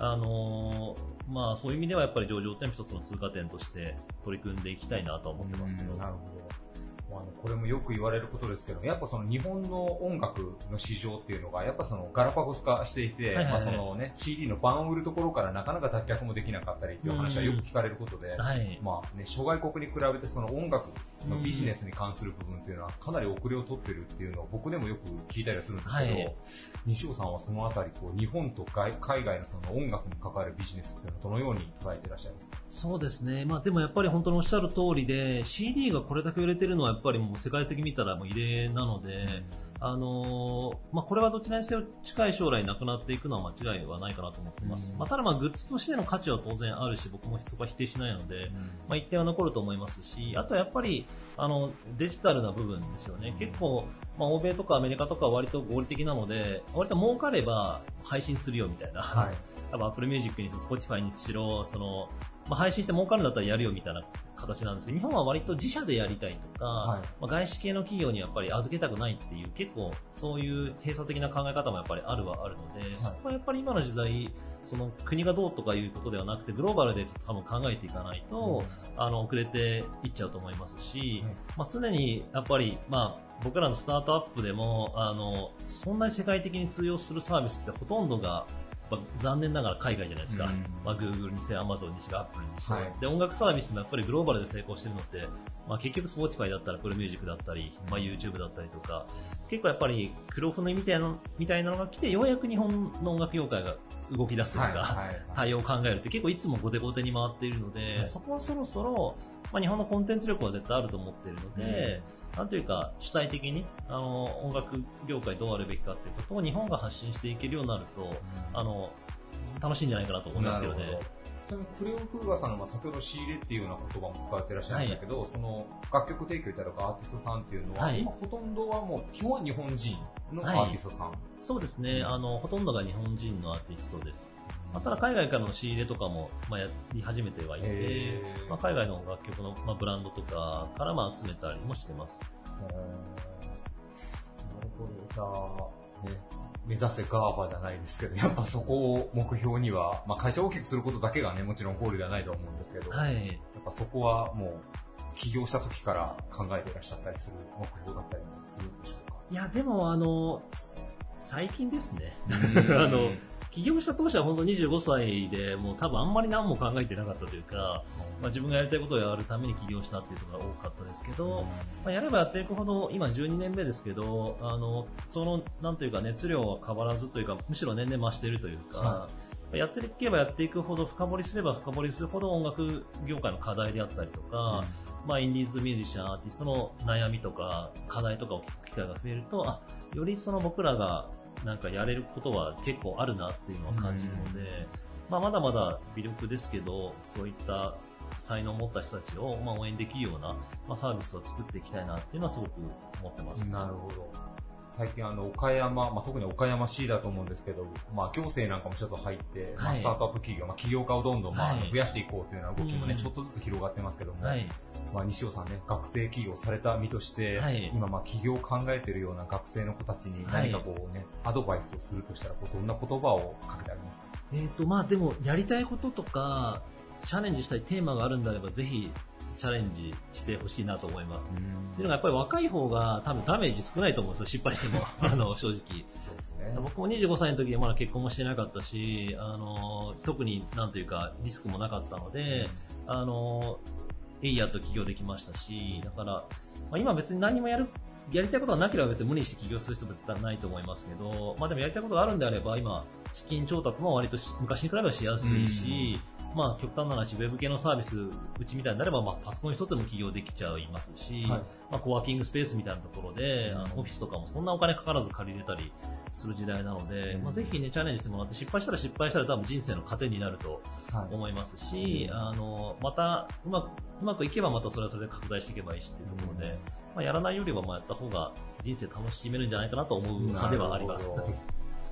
そういう意味ではやっぱり上場っていうのは一つの通過点として取り組んでいきたいなと思ってますけど。 なるほど。これもよく言われることですけど、やっぱその日本の音楽の市場っていうのがやっぱそのガラパゴス化していて、そのね CD の版を売るところからなかなか脱却もできなかったりっていう話はよく聞かれることで、諸外国に比べてその音楽のビジネスに関する部分っていうのはかなり遅れを取ってるっていうのを僕でもよく聞いたりはするんですけど、西尾さんはそのあたり日本と海外のその音楽に関わるビジネスっていうのをどのように捉えていらっしゃいますか？ そうですね。でもやっぱり本当におっしゃる通りで CD がこれだけ売れてるのはやっぱりもう世界的に見たらもう異例なので、これはどちらにせよ近い将来なくなっていくのは間違いはないかなと思っています。ただグッズとしての価値は当然あるし、僕もそこは否定しないので、一定は残ると思いますし、あとはやっぱりデジタルな部分ですよね。結構、欧米とかアメリカとかは割と合理的なので、割と儲かれば配信するよみたいな、多分 Apple Music にしろ Spotify にしろ配信して儲かるんだったらやるよみたいな形なんですけど、日本は割と自社でやりたいとか、外資系の企業にやっぱり預けたくないっていう結構そういう閉鎖的な考え方もやっぱりあるので、そこはやっぱり今の時代国がどうとかいうことではなくてグローバルで多分考えていかないと、遅れていっちゃうと思いますし、常にやっぱり僕らのスタートアップでもそんなに世界的に通用するサービスってほとんどが残念ながら海外じゃないですか。Google にせよ Amazon にしろ Apple にしろ、で音楽サービスもやっぱりグローバルで成功してるのって、結局 Spotify だったら Apple Music だったり、YouTube だったりとか、結構やっぱり黒船みたいなのが来てようやく日本の音楽業界が動き出すというか、対応を考えるって結構いつも後手後手に回っているので、そこはそろそろ日本のコンテンツ力は絶対あると思っているので、なんというか主体的に音楽業界どうあるべきかっていうことを日本が発信していけるようになると、楽しいんじゃないかなと思いますけどね。 クレヨンフーガーさんの先ほど仕入れっていうような言葉も使っていらっしゃいましたけど、その楽曲提供いただくアーティストさんっていうのは、今ほとんどはもう基本は日本人のアーティストさん、 そうですね、ほとんどが日本人のアーティストです。ただ海外からの仕入れとかもやり始めてはいて、海外の楽曲のブランドとかから集めたりもしてます。 なるほど。じゃあね、目指せガーバじゃないですけど、やっぱそこを目標には、会社を大きくすることだけがね、もちろんゴールではないと思うんですけど、やっぱそこはもう起業した時から考えていらっしゃったりする目標だったりもするんでしょうか？ いや、でも最近ですね。起業した当初は本当25歳でもう多分あんまり何も考えてなかったというか、自分がやりたいことをやるために起業したっていうのが多かったですけど、やればやっていくほど、今12年目ですけど、なんというか熱量は変わらずというか、むしろ年々増しているというか、やっていけばやっていくほど、深掘りすれば深掘りするほど音楽業界の課題であったりとか、インディーズミュージシャン、アーティストの悩みとか課題とかを聞く機会が増えると、より僕らがなんかやれることは結構あるなっていうのは感じるので、まだまだ微力ですけど、そういった才能を持った人たちを応援できるようなサービスを作っていきたいなっていうのはすごく思ってます。 なるほど。最近岡山、特に岡山市だと思うんですけど、行政なんかもちょっと入って、スタートアップ企業、起業家をどんどん増やしていこうというような動きもね、ちょっとずつ広がってますけども、西尾さんね、学生起業された身として、今起業を考えているような学生の子たちに何かアドバイスをするとしたら、どんな言葉をかけてありますか？ でもやりたいこととかチャレンジしたいテーマがあるんであれば、ぜひチャレンジしてほしいなと思います。っていうのがやっぱり若い方が多分ダメージ少ないと思うんですよ、失敗しても正直。僕も25歳の時はまだ結婚もしてなかったし、特になんというかリスクもなかったので、やっと起業できましたし、だから、今別に何もやりたいことがなければ別に無理して起業する必要は絶対ないと思いますけど、でもやりたいことがあるんであれば、今資金調達も割と昔に比べばしやすいし、極端な話、ウェブ系のサービス、うちみたいになれば、パソコン一つでも起業できちゃいますし、コワーキングスペースみたいなところで、オフィスとかもそんなお金かからず借りれたりする時代なので、ぜひね、チャレンジしてもらって、失敗したら多分人生の糧になると思いますし、またうまくいけばまたそれはそれで拡大していけばいいしっていうところで、やらないよりはやった方が人生楽しめるんじゃないかなと思う派ではあります。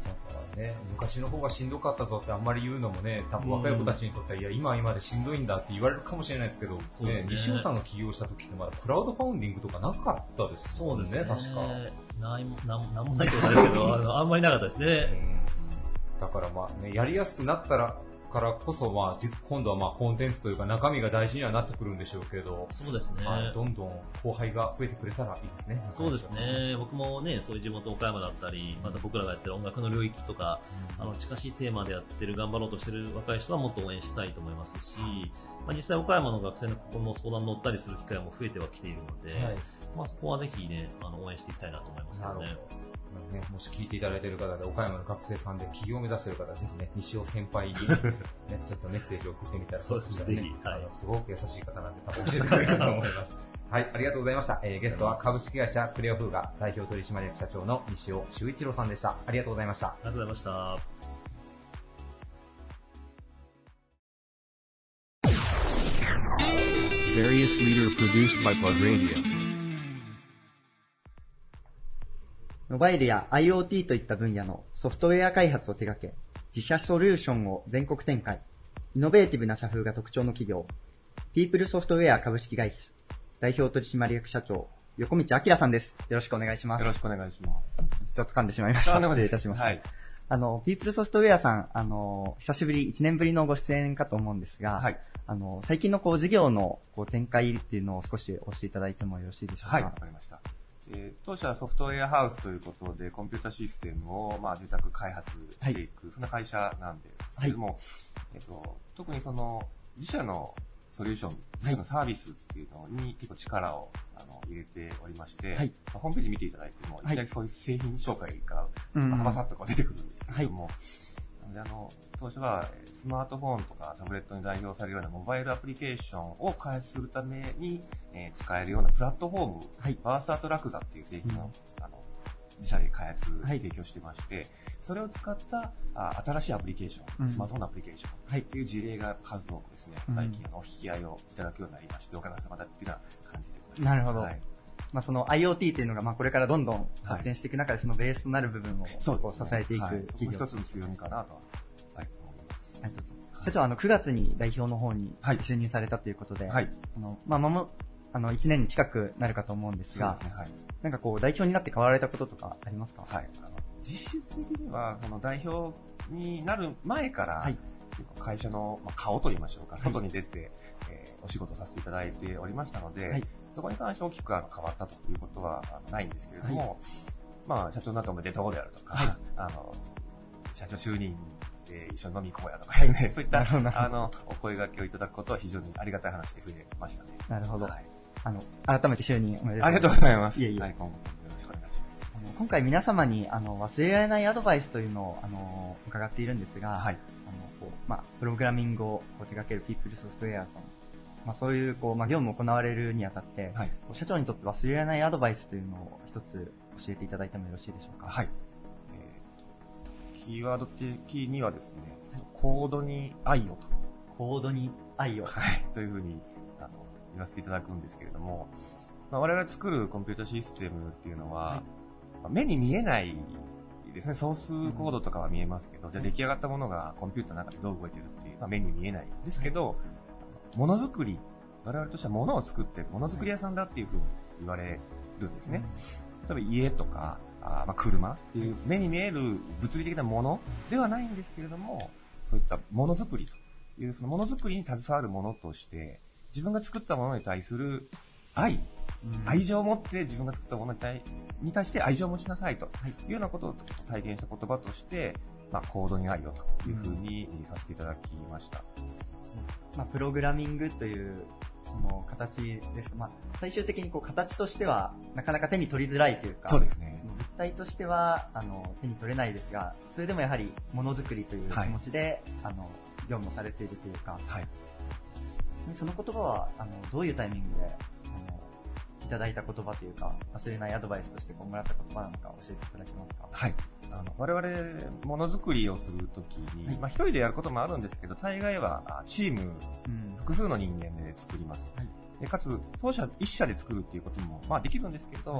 ね、昔の方がしんどかったぞってあんまり言うのもね、多分若い子たちにとっては、いや、今は今でしんどいんだって言われるかもしれないですけど、ね、西尾さんが起業した時ってまだクラウドファウンディングとかなかったですもんね、そうですね、確か。なんもないってことですけど、あんまりなかったですね。 だからまあね、やりやすくなったら、からこそ、まあ、今度はまあコンテンツというか中身が大事にはなってくるんでしょうけど、 そうですね。 どんどん後輩が増えてくれたらいいですね。 そうですね。僕もね、そういう地元岡山だったり、また僕らがやってる音楽の領域とか、近しいテーマでやってる、頑張ろうとしてる若い人はもっと応援したいと思いますし、まあ、実際岡山の学生のここの相談に乗ったりする機会も増えてはきているので、まあ、そこはぜひね、応援していきたいなと思いますけどね。 ね、もし聞いていただいている方で岡山の学生さんで起業を目指している方はぜひね、西尾先輩に、ね、ちょっとメッセージを送ってみたら、 そうですね、ぜひ、 すごく優しい方なんで多分教えてくれると思います。はい、ありがとうございました。ゲストは株式会社クレオフーガ代表取締役社長の西尾修一郎さんでした。ありがとうございました。 ありがとうございました。 Various leader produced by Plug Radio。 モバイルや IoT といった分野のソフトウェア開発を手掛け、自社ソリューションを全国展開、イノベーティブな社風が特徴の企業、ピープルソフトウェア株式会社、代表取締役社長、横道明さんです。よろしくお願いします。 よろしくお願いします。 ちょっと噛んでしまいました。失礼いたしました。はい、ピープルソフトウェアさん、久しぶり、1年ぶりのご出演かと思うんですが、はい、最近の事業の展開っていうのを少し教えていただいてもよろしいでしょうか。 はい、わかりました。当社はソフトウェアハウスということで、コンピュータシステムを、住宅開発していく、そんな会社なんですけれども、特にその自社のソリューション、自社のサービスっていうのに結構力を入れておりまして、ホームページ見ていただいても、いきなりそういう製品紹介がバサバサっと出てくるんですけれども、当初はスマートフォンとかタブレットに代表されるようなモバイルアプリケーションを開発するために、使えるようなプラットフォーム、バースアートラクザっていう製品を、自社で開発、提供してまして、それを使った新しいアプリケーション、スマートフォンのアプリケーションっていう事例が数多くですね、最近お引き合いをいただくようになりまして、おかげさまだっていうような感じでございます。 なるほど。その IoT っていうのがこれからどんどん発展していく中で、そのベースとなる部分を支えていく企業。 一つの強みかなと思います。 社長、9月に代表の方に就任されたということで、1年に近くなるかと思うんですが、なんか代表になって変わられたこととかありますか？ はい。実質的には、その代表になる前から、会社の顔といいましょうか、外に出て、お仕事させていただいておりましたので、そこに関して大きく変わったということはないんですけれども、社長になったおめでとうであるとか、社長就任で一緒に飲み行こうやとかね、そういったお声掛けをいただくことは非常にありがたい話で増えましたね。 なるほど。改めて就任おめでとうございます。 ありがとうございます。 今後もよろしくお願いします。今回皆様に忘れられないアドバイスというのを伺っているんですが、プログラミングを手掛けるピープルソフトウェアさん、そういう業務を行われるにあたって、社長にとって忘れられないアドバイスというのを一つ教えていただいてもよろしいでしょうか。 はい。キーワード的にはですね、コードに愛をと。 コードに愛を。 はい。というふうに言わせていただくんですけれども、我々が作るコンピュータシステムっていうのは、目に見えないですね。ソースコードとかは見えますけど、じゃあ出来上がったものがコンピューターの中でどう動いてるっていう、目に見えないんですけど、ものづくり、我々としてはものを作ってるものづくり屋さんだっていうふうに言われるんですね。例えば家とか、車っていう目に見える物理的なものではないんですけれども、そういったものづくりという、そのものづくりに携わるものとして、自分が作ったものに対する愛情を持って自分が作ったものに対して愛情を持ちなさいというようなことを体現した言葉として、コードに愛をというふうにさせていただきました。 プログラミングというその形です。最終的に形としてはなかなか手に取りづらいというか、 そうですね。 その物体としては手に取れないですが、それでもやはりものづくりという気持ちで、業務をされているというか、その言葉はどういうタイミングでいただいた言葉というか、忘れないアドバイスとしてもらった言葉なのか教えていただけますか？ はい。我々ものづくりをするときに、一人でやることもあるんですけど、大概はチーム、複数の人間で作ります。でかつ当社一社で作るっていうこともできるんですけど、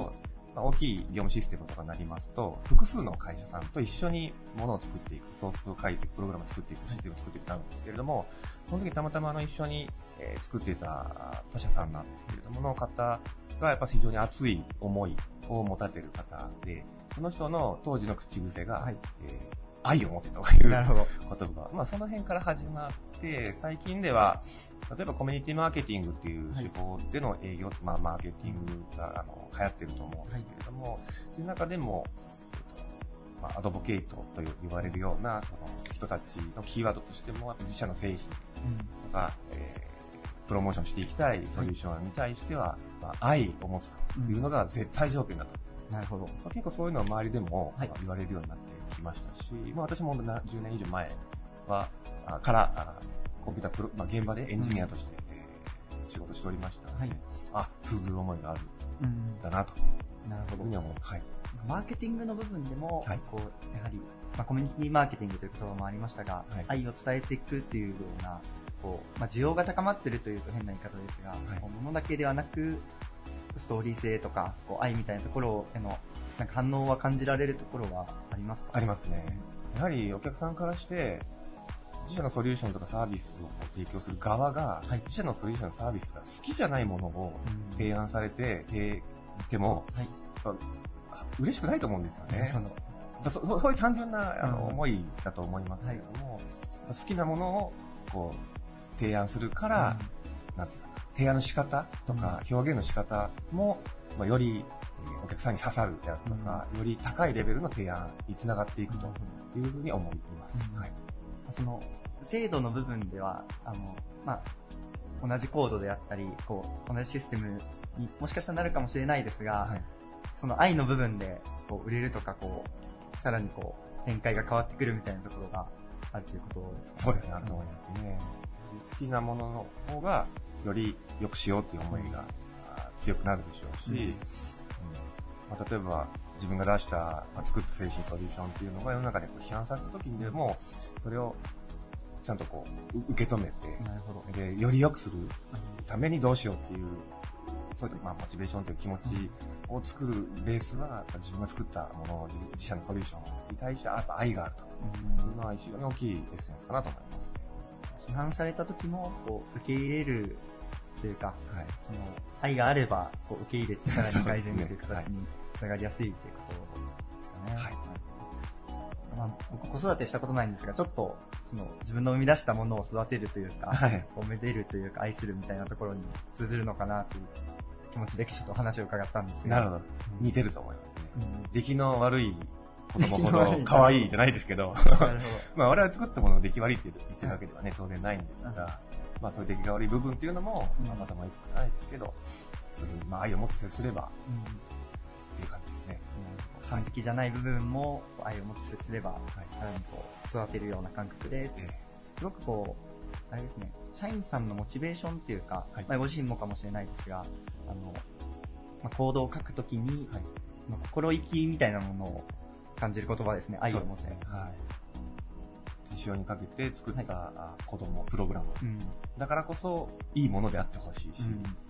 大きい業務システムとかになりますと、複数の会社さんと一緒にものを作っていく、ソースを書いていく、プログラムを作っていく、システムを作っていくとなるんですけれども、その時たまたま一緒に作っていた他社さんなんですけれども、の方がやっぱ非常に熱い思いを持たれている方で、その人の当時の口癖が、愛を持ってという言葉。その辺から始まって、最近では、例えばコミュニティマーケティングっていう手法での営業、マーケティングが流行ってると思うんですけれども、そういう中でも、アドボケイトと言われるようなその人たちのキーワードとしても、自社の製品とか、プロモーションしていきたいソリューションに対しては、愛を持つというのが絶対条件だと。 なるほど。 結構そういうのは周りでも言われるようになってきましたし、私も10年以上前からコンピューター現場でエンジニアとして、仕事しておりましたので、通ずる思いがあるんだなと。 なるほど。 ふうに思う。 マーケティングの部分でも、やはり、コミュニティマーケティングという言葉もありましたが、愛を伝えていくっていうような、需要が高まっているというと変な言い方ですが、物だけではなく、ストーリー性とか、愛みたいなところへの反応は感じられるところはありますか？ ありますね。やはりお客さんからして、自社のソリューションとかサービスを提供する側が、自社のソリューション、サービスが好きじゃないものを提案されていても、嬉しくないと思うんですよね。そういう単純な思いだと思いますけれども、好きなものを提案するから、なんていうかな、提案の仕方とか表現の仕方も、よりお客さんに刺さるやつとか、より高いレベルの提案につながっていくというふうに思います。 その制度の部分では同じコードであったり同じシステムにもしかしたらなるかもしれないですが、その愛の部分で売れるとかさらに展開が変わってくるみたいなところがあるということですか？ そうですね、あると思いますね。好きなものの方がより良くしようという思いが強くなるでしょうし、例えば自分が出した作った製品ソリューションっていうのが世の中で批判された時にでも、それをちゃんと受け止めて、でより良くするためにどうしようっていう、そういうモチベーションという気持ちを作るベースは、自分が作ったもの、自社のソリューションに対してやっぱ愛があるというのは非常に大きいエッセンスかなと思いますね。 批判された時も受け入れるというか、その愛があれば受け入れてさらに改善という形につながりやすいということですかね。僕子育てしたことないんですが、ちょっと自分の生み出したものを育てるというか、めでるというか愛するみたいなところに通ずるのかなという気持ちでちょっとお話を伺ったんですが。 なるほど。似てると思いますね。出来の悪い子供ほど可愛いじゃないですけど、我々作ったものが出来悪いって言ってるわけではね、当然ないんですが、そういう出来が悪い部分っていうのも、またもいくないですけど、それに愛を持って接すれば、っていう感じですね。 完璧じゃない部分も愛を持って接すれば、さらに育てるような感覚で、すごくあれですね、社員さんのモチベーションっていうか、ご自身もかもしれないですが、行動を書くときに、心意気みたいなものを感じる言葉ですね、愛を持って。 手塩にかけて作った子供プログラム、だからこそいいものであってほしいし、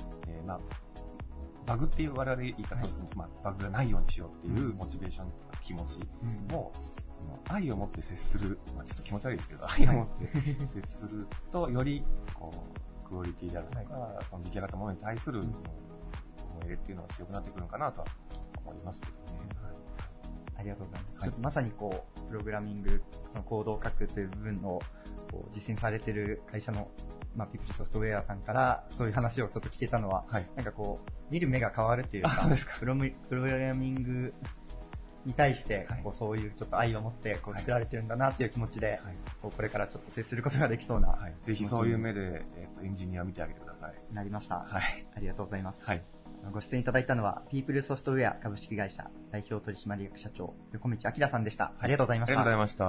バグっていう我々言い方をすると、バグがないようにしようっていうモチベーションとか気持ちも、愛を持って接する、ちょっと気持ち悪いですけど、愛を持って接すると、よりクオリティであるとか、その出来上がったものに対する思い入れっていうのが強くなってくるのかなとは思いますけどね。 ありがとうございます。ちょっとまさにプログラミング、そのコードを書くという部分を実践されている会社のピプルソフトウェアさんからそういう話をちょっと聞けたのは、見る目が変わるというか、プログラミングに対してそういうちょっと愛を持って作られてるんだなという気持ちで、これからちょっと接することができそうな、 ぜひそういう目でエンジニアを見てあげてください。 なりました。ありがとうございます。ご出演いただいたのはピープルソフトウェア株式会社代表取締役社長横道明さんでした。ありがとうございました。 ありがとうございました。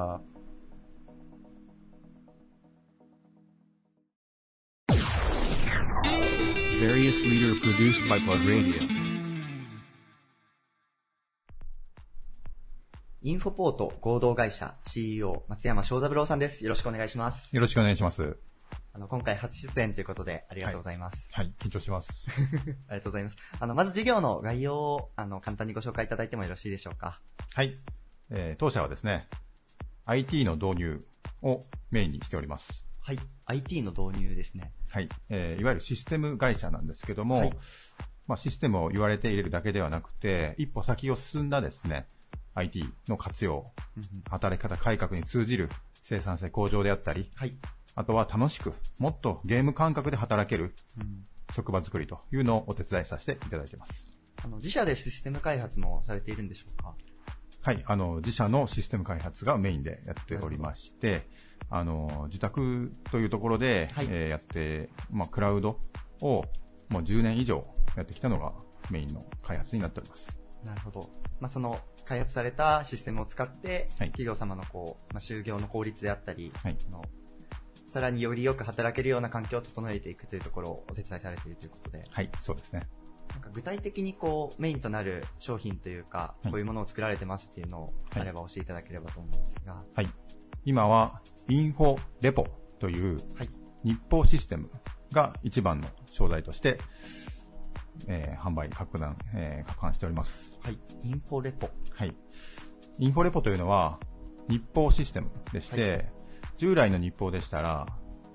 Various leader produced by Plug Radio. インフォポート合同会社 CEO 松山翔三郎さんです。よろしくお願いします。 よろしくお願いします。 今回初出演ということでありがとうございます。 はい、緊張します。 ありがとうございます。まず事業の概要を簡単にご紹介いただいてもよろしいでしょうか。 はい。当社はですね、IT の導入をメインにしております。 はい。IT の導入ですね。 はい。いわゆるシステム会社なんですけども、はい、システムを言われて入れるだけではなくて、一歩先を進んだですね、IT の活用、働き方改革に通じる生産性向上であったり、はい、あとは楽しく、もっとゲーム感覚で働ける職場作りというのをお手伝いさせていただいています。 自社でシステム開発もされているんでしょうか？ はい、自社のシステム開発がメインでやっておりまして、自宅というところで、はい、やって、クラウドをもう10年以上やってきたのがメインの開発になっております。 なるほど。その開発されたシステムを使って、はい、企業様の就業の効率であったり、はい、さらによりよく働けるような環境を整えていくというところをお手伝いされているということで。 はい、そうですね。 具体的にメインとなる商品というか、こういうものを作られてますっていうのをあれば教えていただければと思うんですが。 はい。今は、インフォレポという日報システムが一番の商材として、販売、拡販しております。 はい。インフォレポ。 はい。インフォレポというのは、日報システムでして、はい、従来の日報でしたら、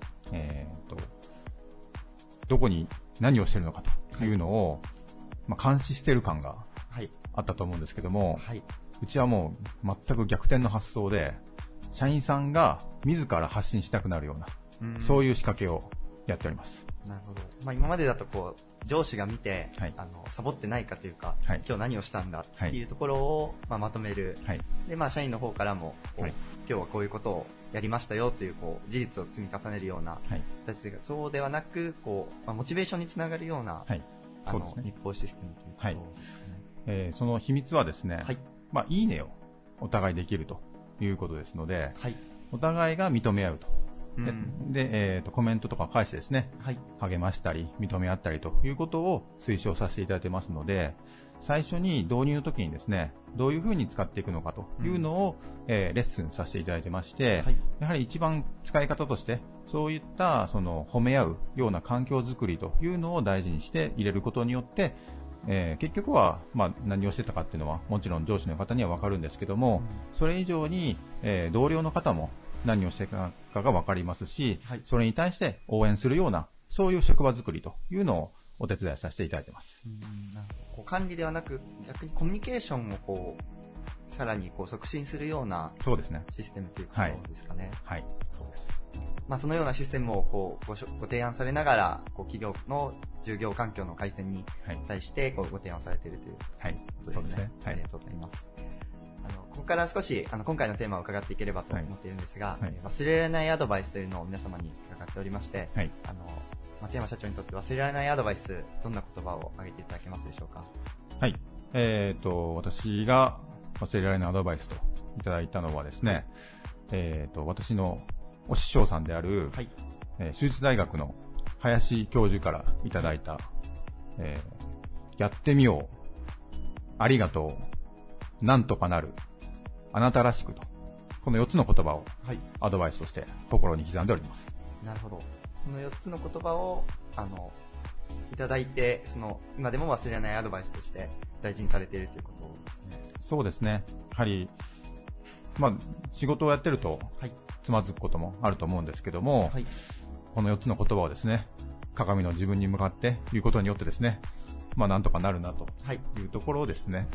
どこに何をしているのかというのを、監視している感があったと思うんですけども、はい、うちはもう全く逆転の発想で、社員さんが自ら発信したくなるような、そういう仕掛けをやっております。 なるほど。今までだと上司が見て、はい、サボってないかというか、はい、今日何をしたんだっていうところを、まとめる。はい、で、社員の方からも、はい、今日はこういうことをやりましたよという、事実を積み重ねるような形で、はい、そうではなく、モチベーションにつながるような、はい、そうですね、日報システムということですね。 その秘密はですね、はい、いいねをお互いできるということですので、はい、お互いが認め合うと。で、コメントとか返してですね、はい、励ましたり認め合ったりということを推奨させていただいてますので、最初に導入の時にですね、どういうふうに使っていくのかというのを、レッスンさせていただいてまして、はい、やはり一番使い方としてそういった褒め合うような環境づくりというのを大事にして入れることによって、結局は、何をしてたかっていうのはもちろん上司の方には分かるんですけども、それ以上に、同僚の方も何をしているかが分かりますし、はい、それに対して応援するようなそういう職場づくりというのをお手伝いさせていただいています。 管理ではなく逆にコミュニケーションをさらに促進するようなシステムということですかね。 はい、はい、そうです。 そのようなシステムをご提案されながら企業の従業環境の改善に対してご提案されているということですね。そうですね。ありがとうございます。ここから少し今回のテーマを伺っていければと思っているんですが、はい、忘れられないアドバイスというのを皆様に伺っておりまして、はい、松山社長にとって忘れられないアドバイス、どんな言葉を挙げていただけますでしょうか？ はい。私が忘れられないアドバイスといただいたのはですね、私のお師匠さんである、はい、州立大学の林教授からいただいた、やってみよう、ありがとう、なんとかなる、あなたらしくと、この4つの言葉をアドバイスとして心に刻んでおります。 なるほど。その4つの言葉をいただいて、今でも忘れられないアドバイスとして大事にされているということですね。 そうですね。やはり、仕事をやってるとつまずくこともあると思うんですけども、はい、この4つの言葉をですね、鏡の自分に向かって言うことによってですね、なんとかなるなというところをですね、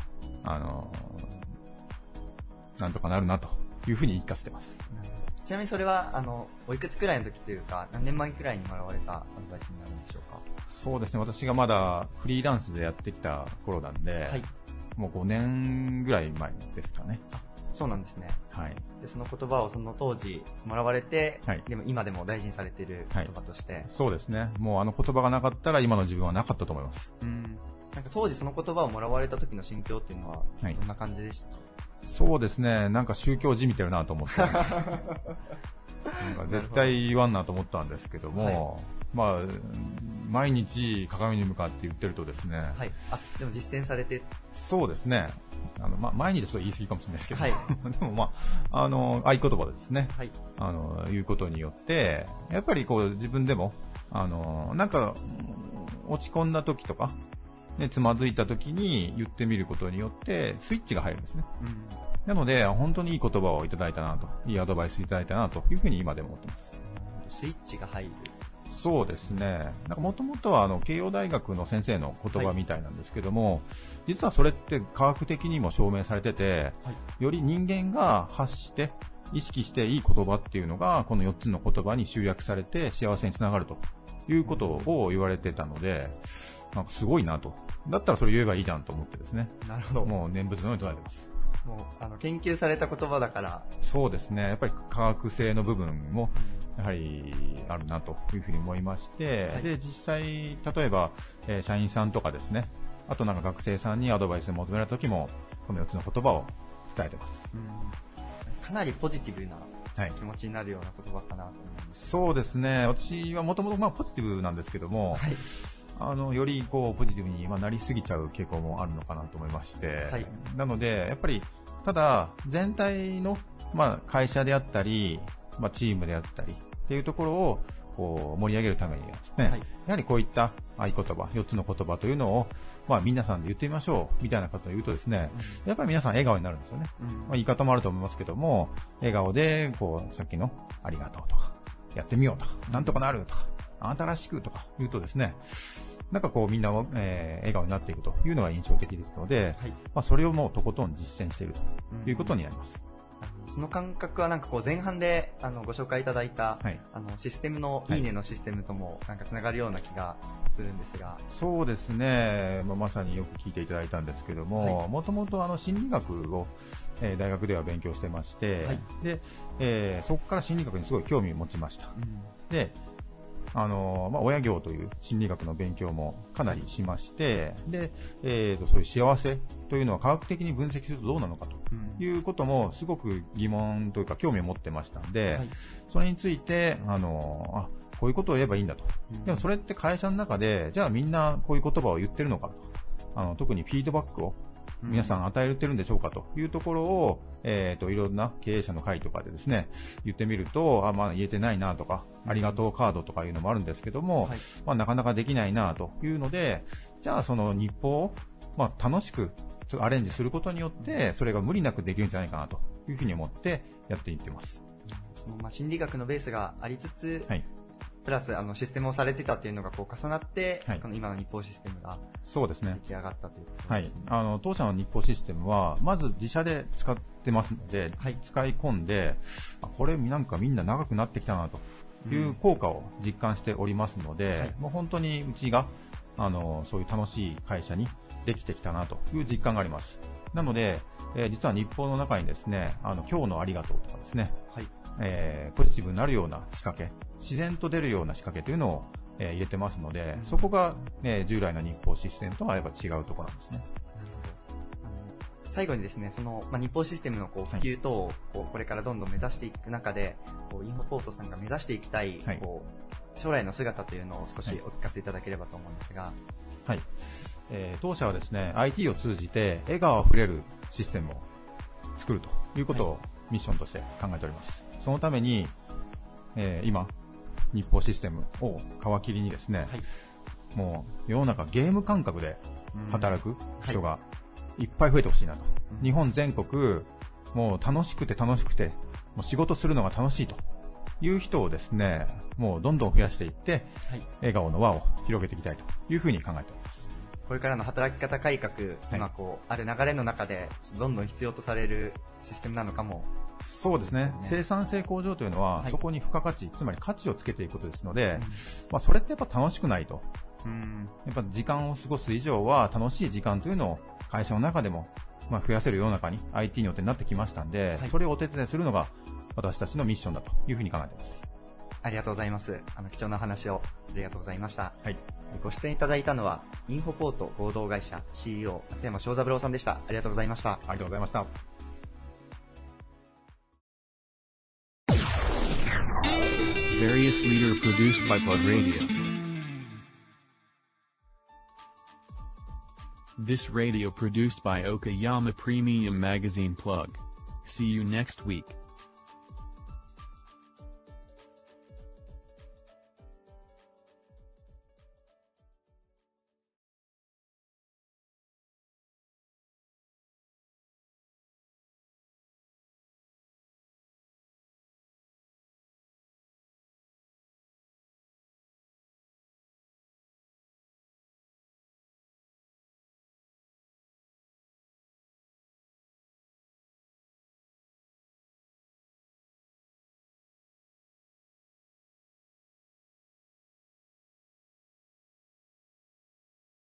なんとかなるなというふうに言い聞かせてます。 ちなみにそれはおいくつくらいの時というか、何年前くらいにもらわれたアドバイスになるんでしょうか？ そうですね、私がまだフリーランスでやってきた頃なんで、はい、もう5年ぐらい前ですかね。 そうなんですね。 はい。 で、その言葉をその当時もらわれて、はい、でも今でも大事にされている言葉として、はい、 そうですね。もう言葉がなかったら今の自分はなかったと思います。 なんか当時その言葉をもらわれた時の心境っていうのはどんな感じでした？はい、 そうですね。なんか宗教じみてるなと思ってなんか絶対言わんなと思ったんですけども、はい、 毎日鏡に向かって言ってるとですね、 はい、でも実践されて、 そうですね、毎日ちょっと言い過ぎかもしれないですけど、はい、でも合言葉ですね、はい、言うことによって、やっぱりこう自分でもなんか落ち込んだ時とか、ね、つまずいた時に言ってみることによってスイッチが入るんですね。なので本当にいい言葉をいただいたなと、いいアドバイスいただいたなというふうに今でも思ってます。 スイッチが入る。 そうですね。もともとは慶応大学の先生の言葉みたいなんですけども、はい、実はそれって科学的にも証明されてて、はい、より人間が発して意識していい言葉っていうのがこの4つの言葉に集約されて幸せにつながるということを言われてたので、なんかすごいなと。だったらそれ言えばいいじゃんと思ってですね。 なるほど。 もう念仏のように捉えてます。 もう研究された言葉だから。 そうですね。やっぱり科学性の部分もやはりあるなというふうに思いまして、はい、で実際例えば、社員さんとかですね、あとなんか学生さんにアドバイスを求められた時もこの4つの言葉を伝えてます。 かなりポジティブな気持ちになるような言葉かなと思います。 そうですね。私はもともとポジティブなんですけども、はい、よりこうポジティブになりすぎちゃう傾向もあるのかなと思いまして、はい、なのでやっぱりただ全体の会社であったり、チームであったりっていうところをこう盛り上げるためにはですね、はい、やはりこういった合言葉、4つの言葉というのを皆さんで言ってみましょうみたいなことを言うとですね、やっぱり皆さん笑顔になるんですよね。言い方もあると思いますけども、笑顔でこうさっきのありがとうとかやってみようとか、なんとかなるとか、新しくとか言うとですね、なんかこうみんなも、笑顔になっていくというのが印象的ですので、はい、それをもうとことん実践しているということになります。 その感覚はなんかこう前半でご紹介いただいた、はい、システムの、いいねのシステムともなんかつながるような気がするんですが。 そうですね、まさによく聞いていただいたんですけども、もともと心理学を、大学では勉強してまして、はい、でそこから心理学にすごい興味を持ちました。で親業という心理学の勉強もかなりしまして、で、そういう幸せというのは科学的に分析するとどうなのかということもすごく疑問というか興味を持ってましたので、はい、それについてこういうことを言えばいいんだと。でもそれって会社の中でじゃあみんなこういう言葉を言ってるのかと、特にフィードバックを皆さん与えてるんでしょうかというところを、いろんな経営者の会とかでですね言ってみると言えてないなとか、ありがとうカードとかいうのもあるんですけども、はい、なかなかできないなというので、じゃあその日報を、楽しくアレンジすることによってそれが無理なくできるんじゃないかなというふうに思ってやっていってます。 心理学のベースがありつつ、はい、プラスシステムをされてたっていうのがこう重なって、はい、この今の日報システムが出来上がったということですね。 はい、当社の日報システムはまず自社で使ってますので、はい、使い込んでこれなんかみんな長くなってきたなという効果を実感しておりますので、はい、もう本当にうちがそういう楽しい会社にできてきたなという実感があります。なので、実は日報の中にですね今日のありがとうとかですね、はい、ポジティブになるような仕掛け、自然と出るような仕掛けというのを、入れてますので、そこが、従来の日報システムとはやっぱ違うところなんですね。なるほど。最後にですね、その、日報システムのこう普及等をこれからどんどん目指していく中で、インフォポートさんが目指していきたい、将来の姿というのを少しお聞かせいただければと思うんですが。 はい。当社はですね、IT を通じて笑顔あふれるシステムを作るということをミッションとして考えております。そのために、今日報システムを皮切りにですね、はい、もう世の中ゲーム感覚で働く人がいっぱい増えてほしいなと、日本全国もう楽しくてもう仕事するのが楽しいという人をですねもうどんどん増やしていって、はい、笑顔の輪を広げていきたいというふうに考えております。 これからの働き方改革、今ある流れの中でどんどん必要とされるシステムなのかも。 そうですね。生産性向上というのは、そこに付加価値、つまり価値をつけていくことですので、それってやっぱ楽しくないと。やっぱ時間を過ごす以上は楽しい時間というのを会社の中でも増やせる世の中に IT によってなってきましたんで、それをお手伝いするのが私たちのミッションだというふうに考えています。 ありがとうございます。貴重な話をありがとうございました。はい、ご出演いただいたのはインフォポート合同会社 CEO 松山正三郎さんでした。ありがとうございました。ありがとうございました。 Various Leader produced by Pod Radio. This radio produced by Okayama Premium Magazine Plug. See you next week.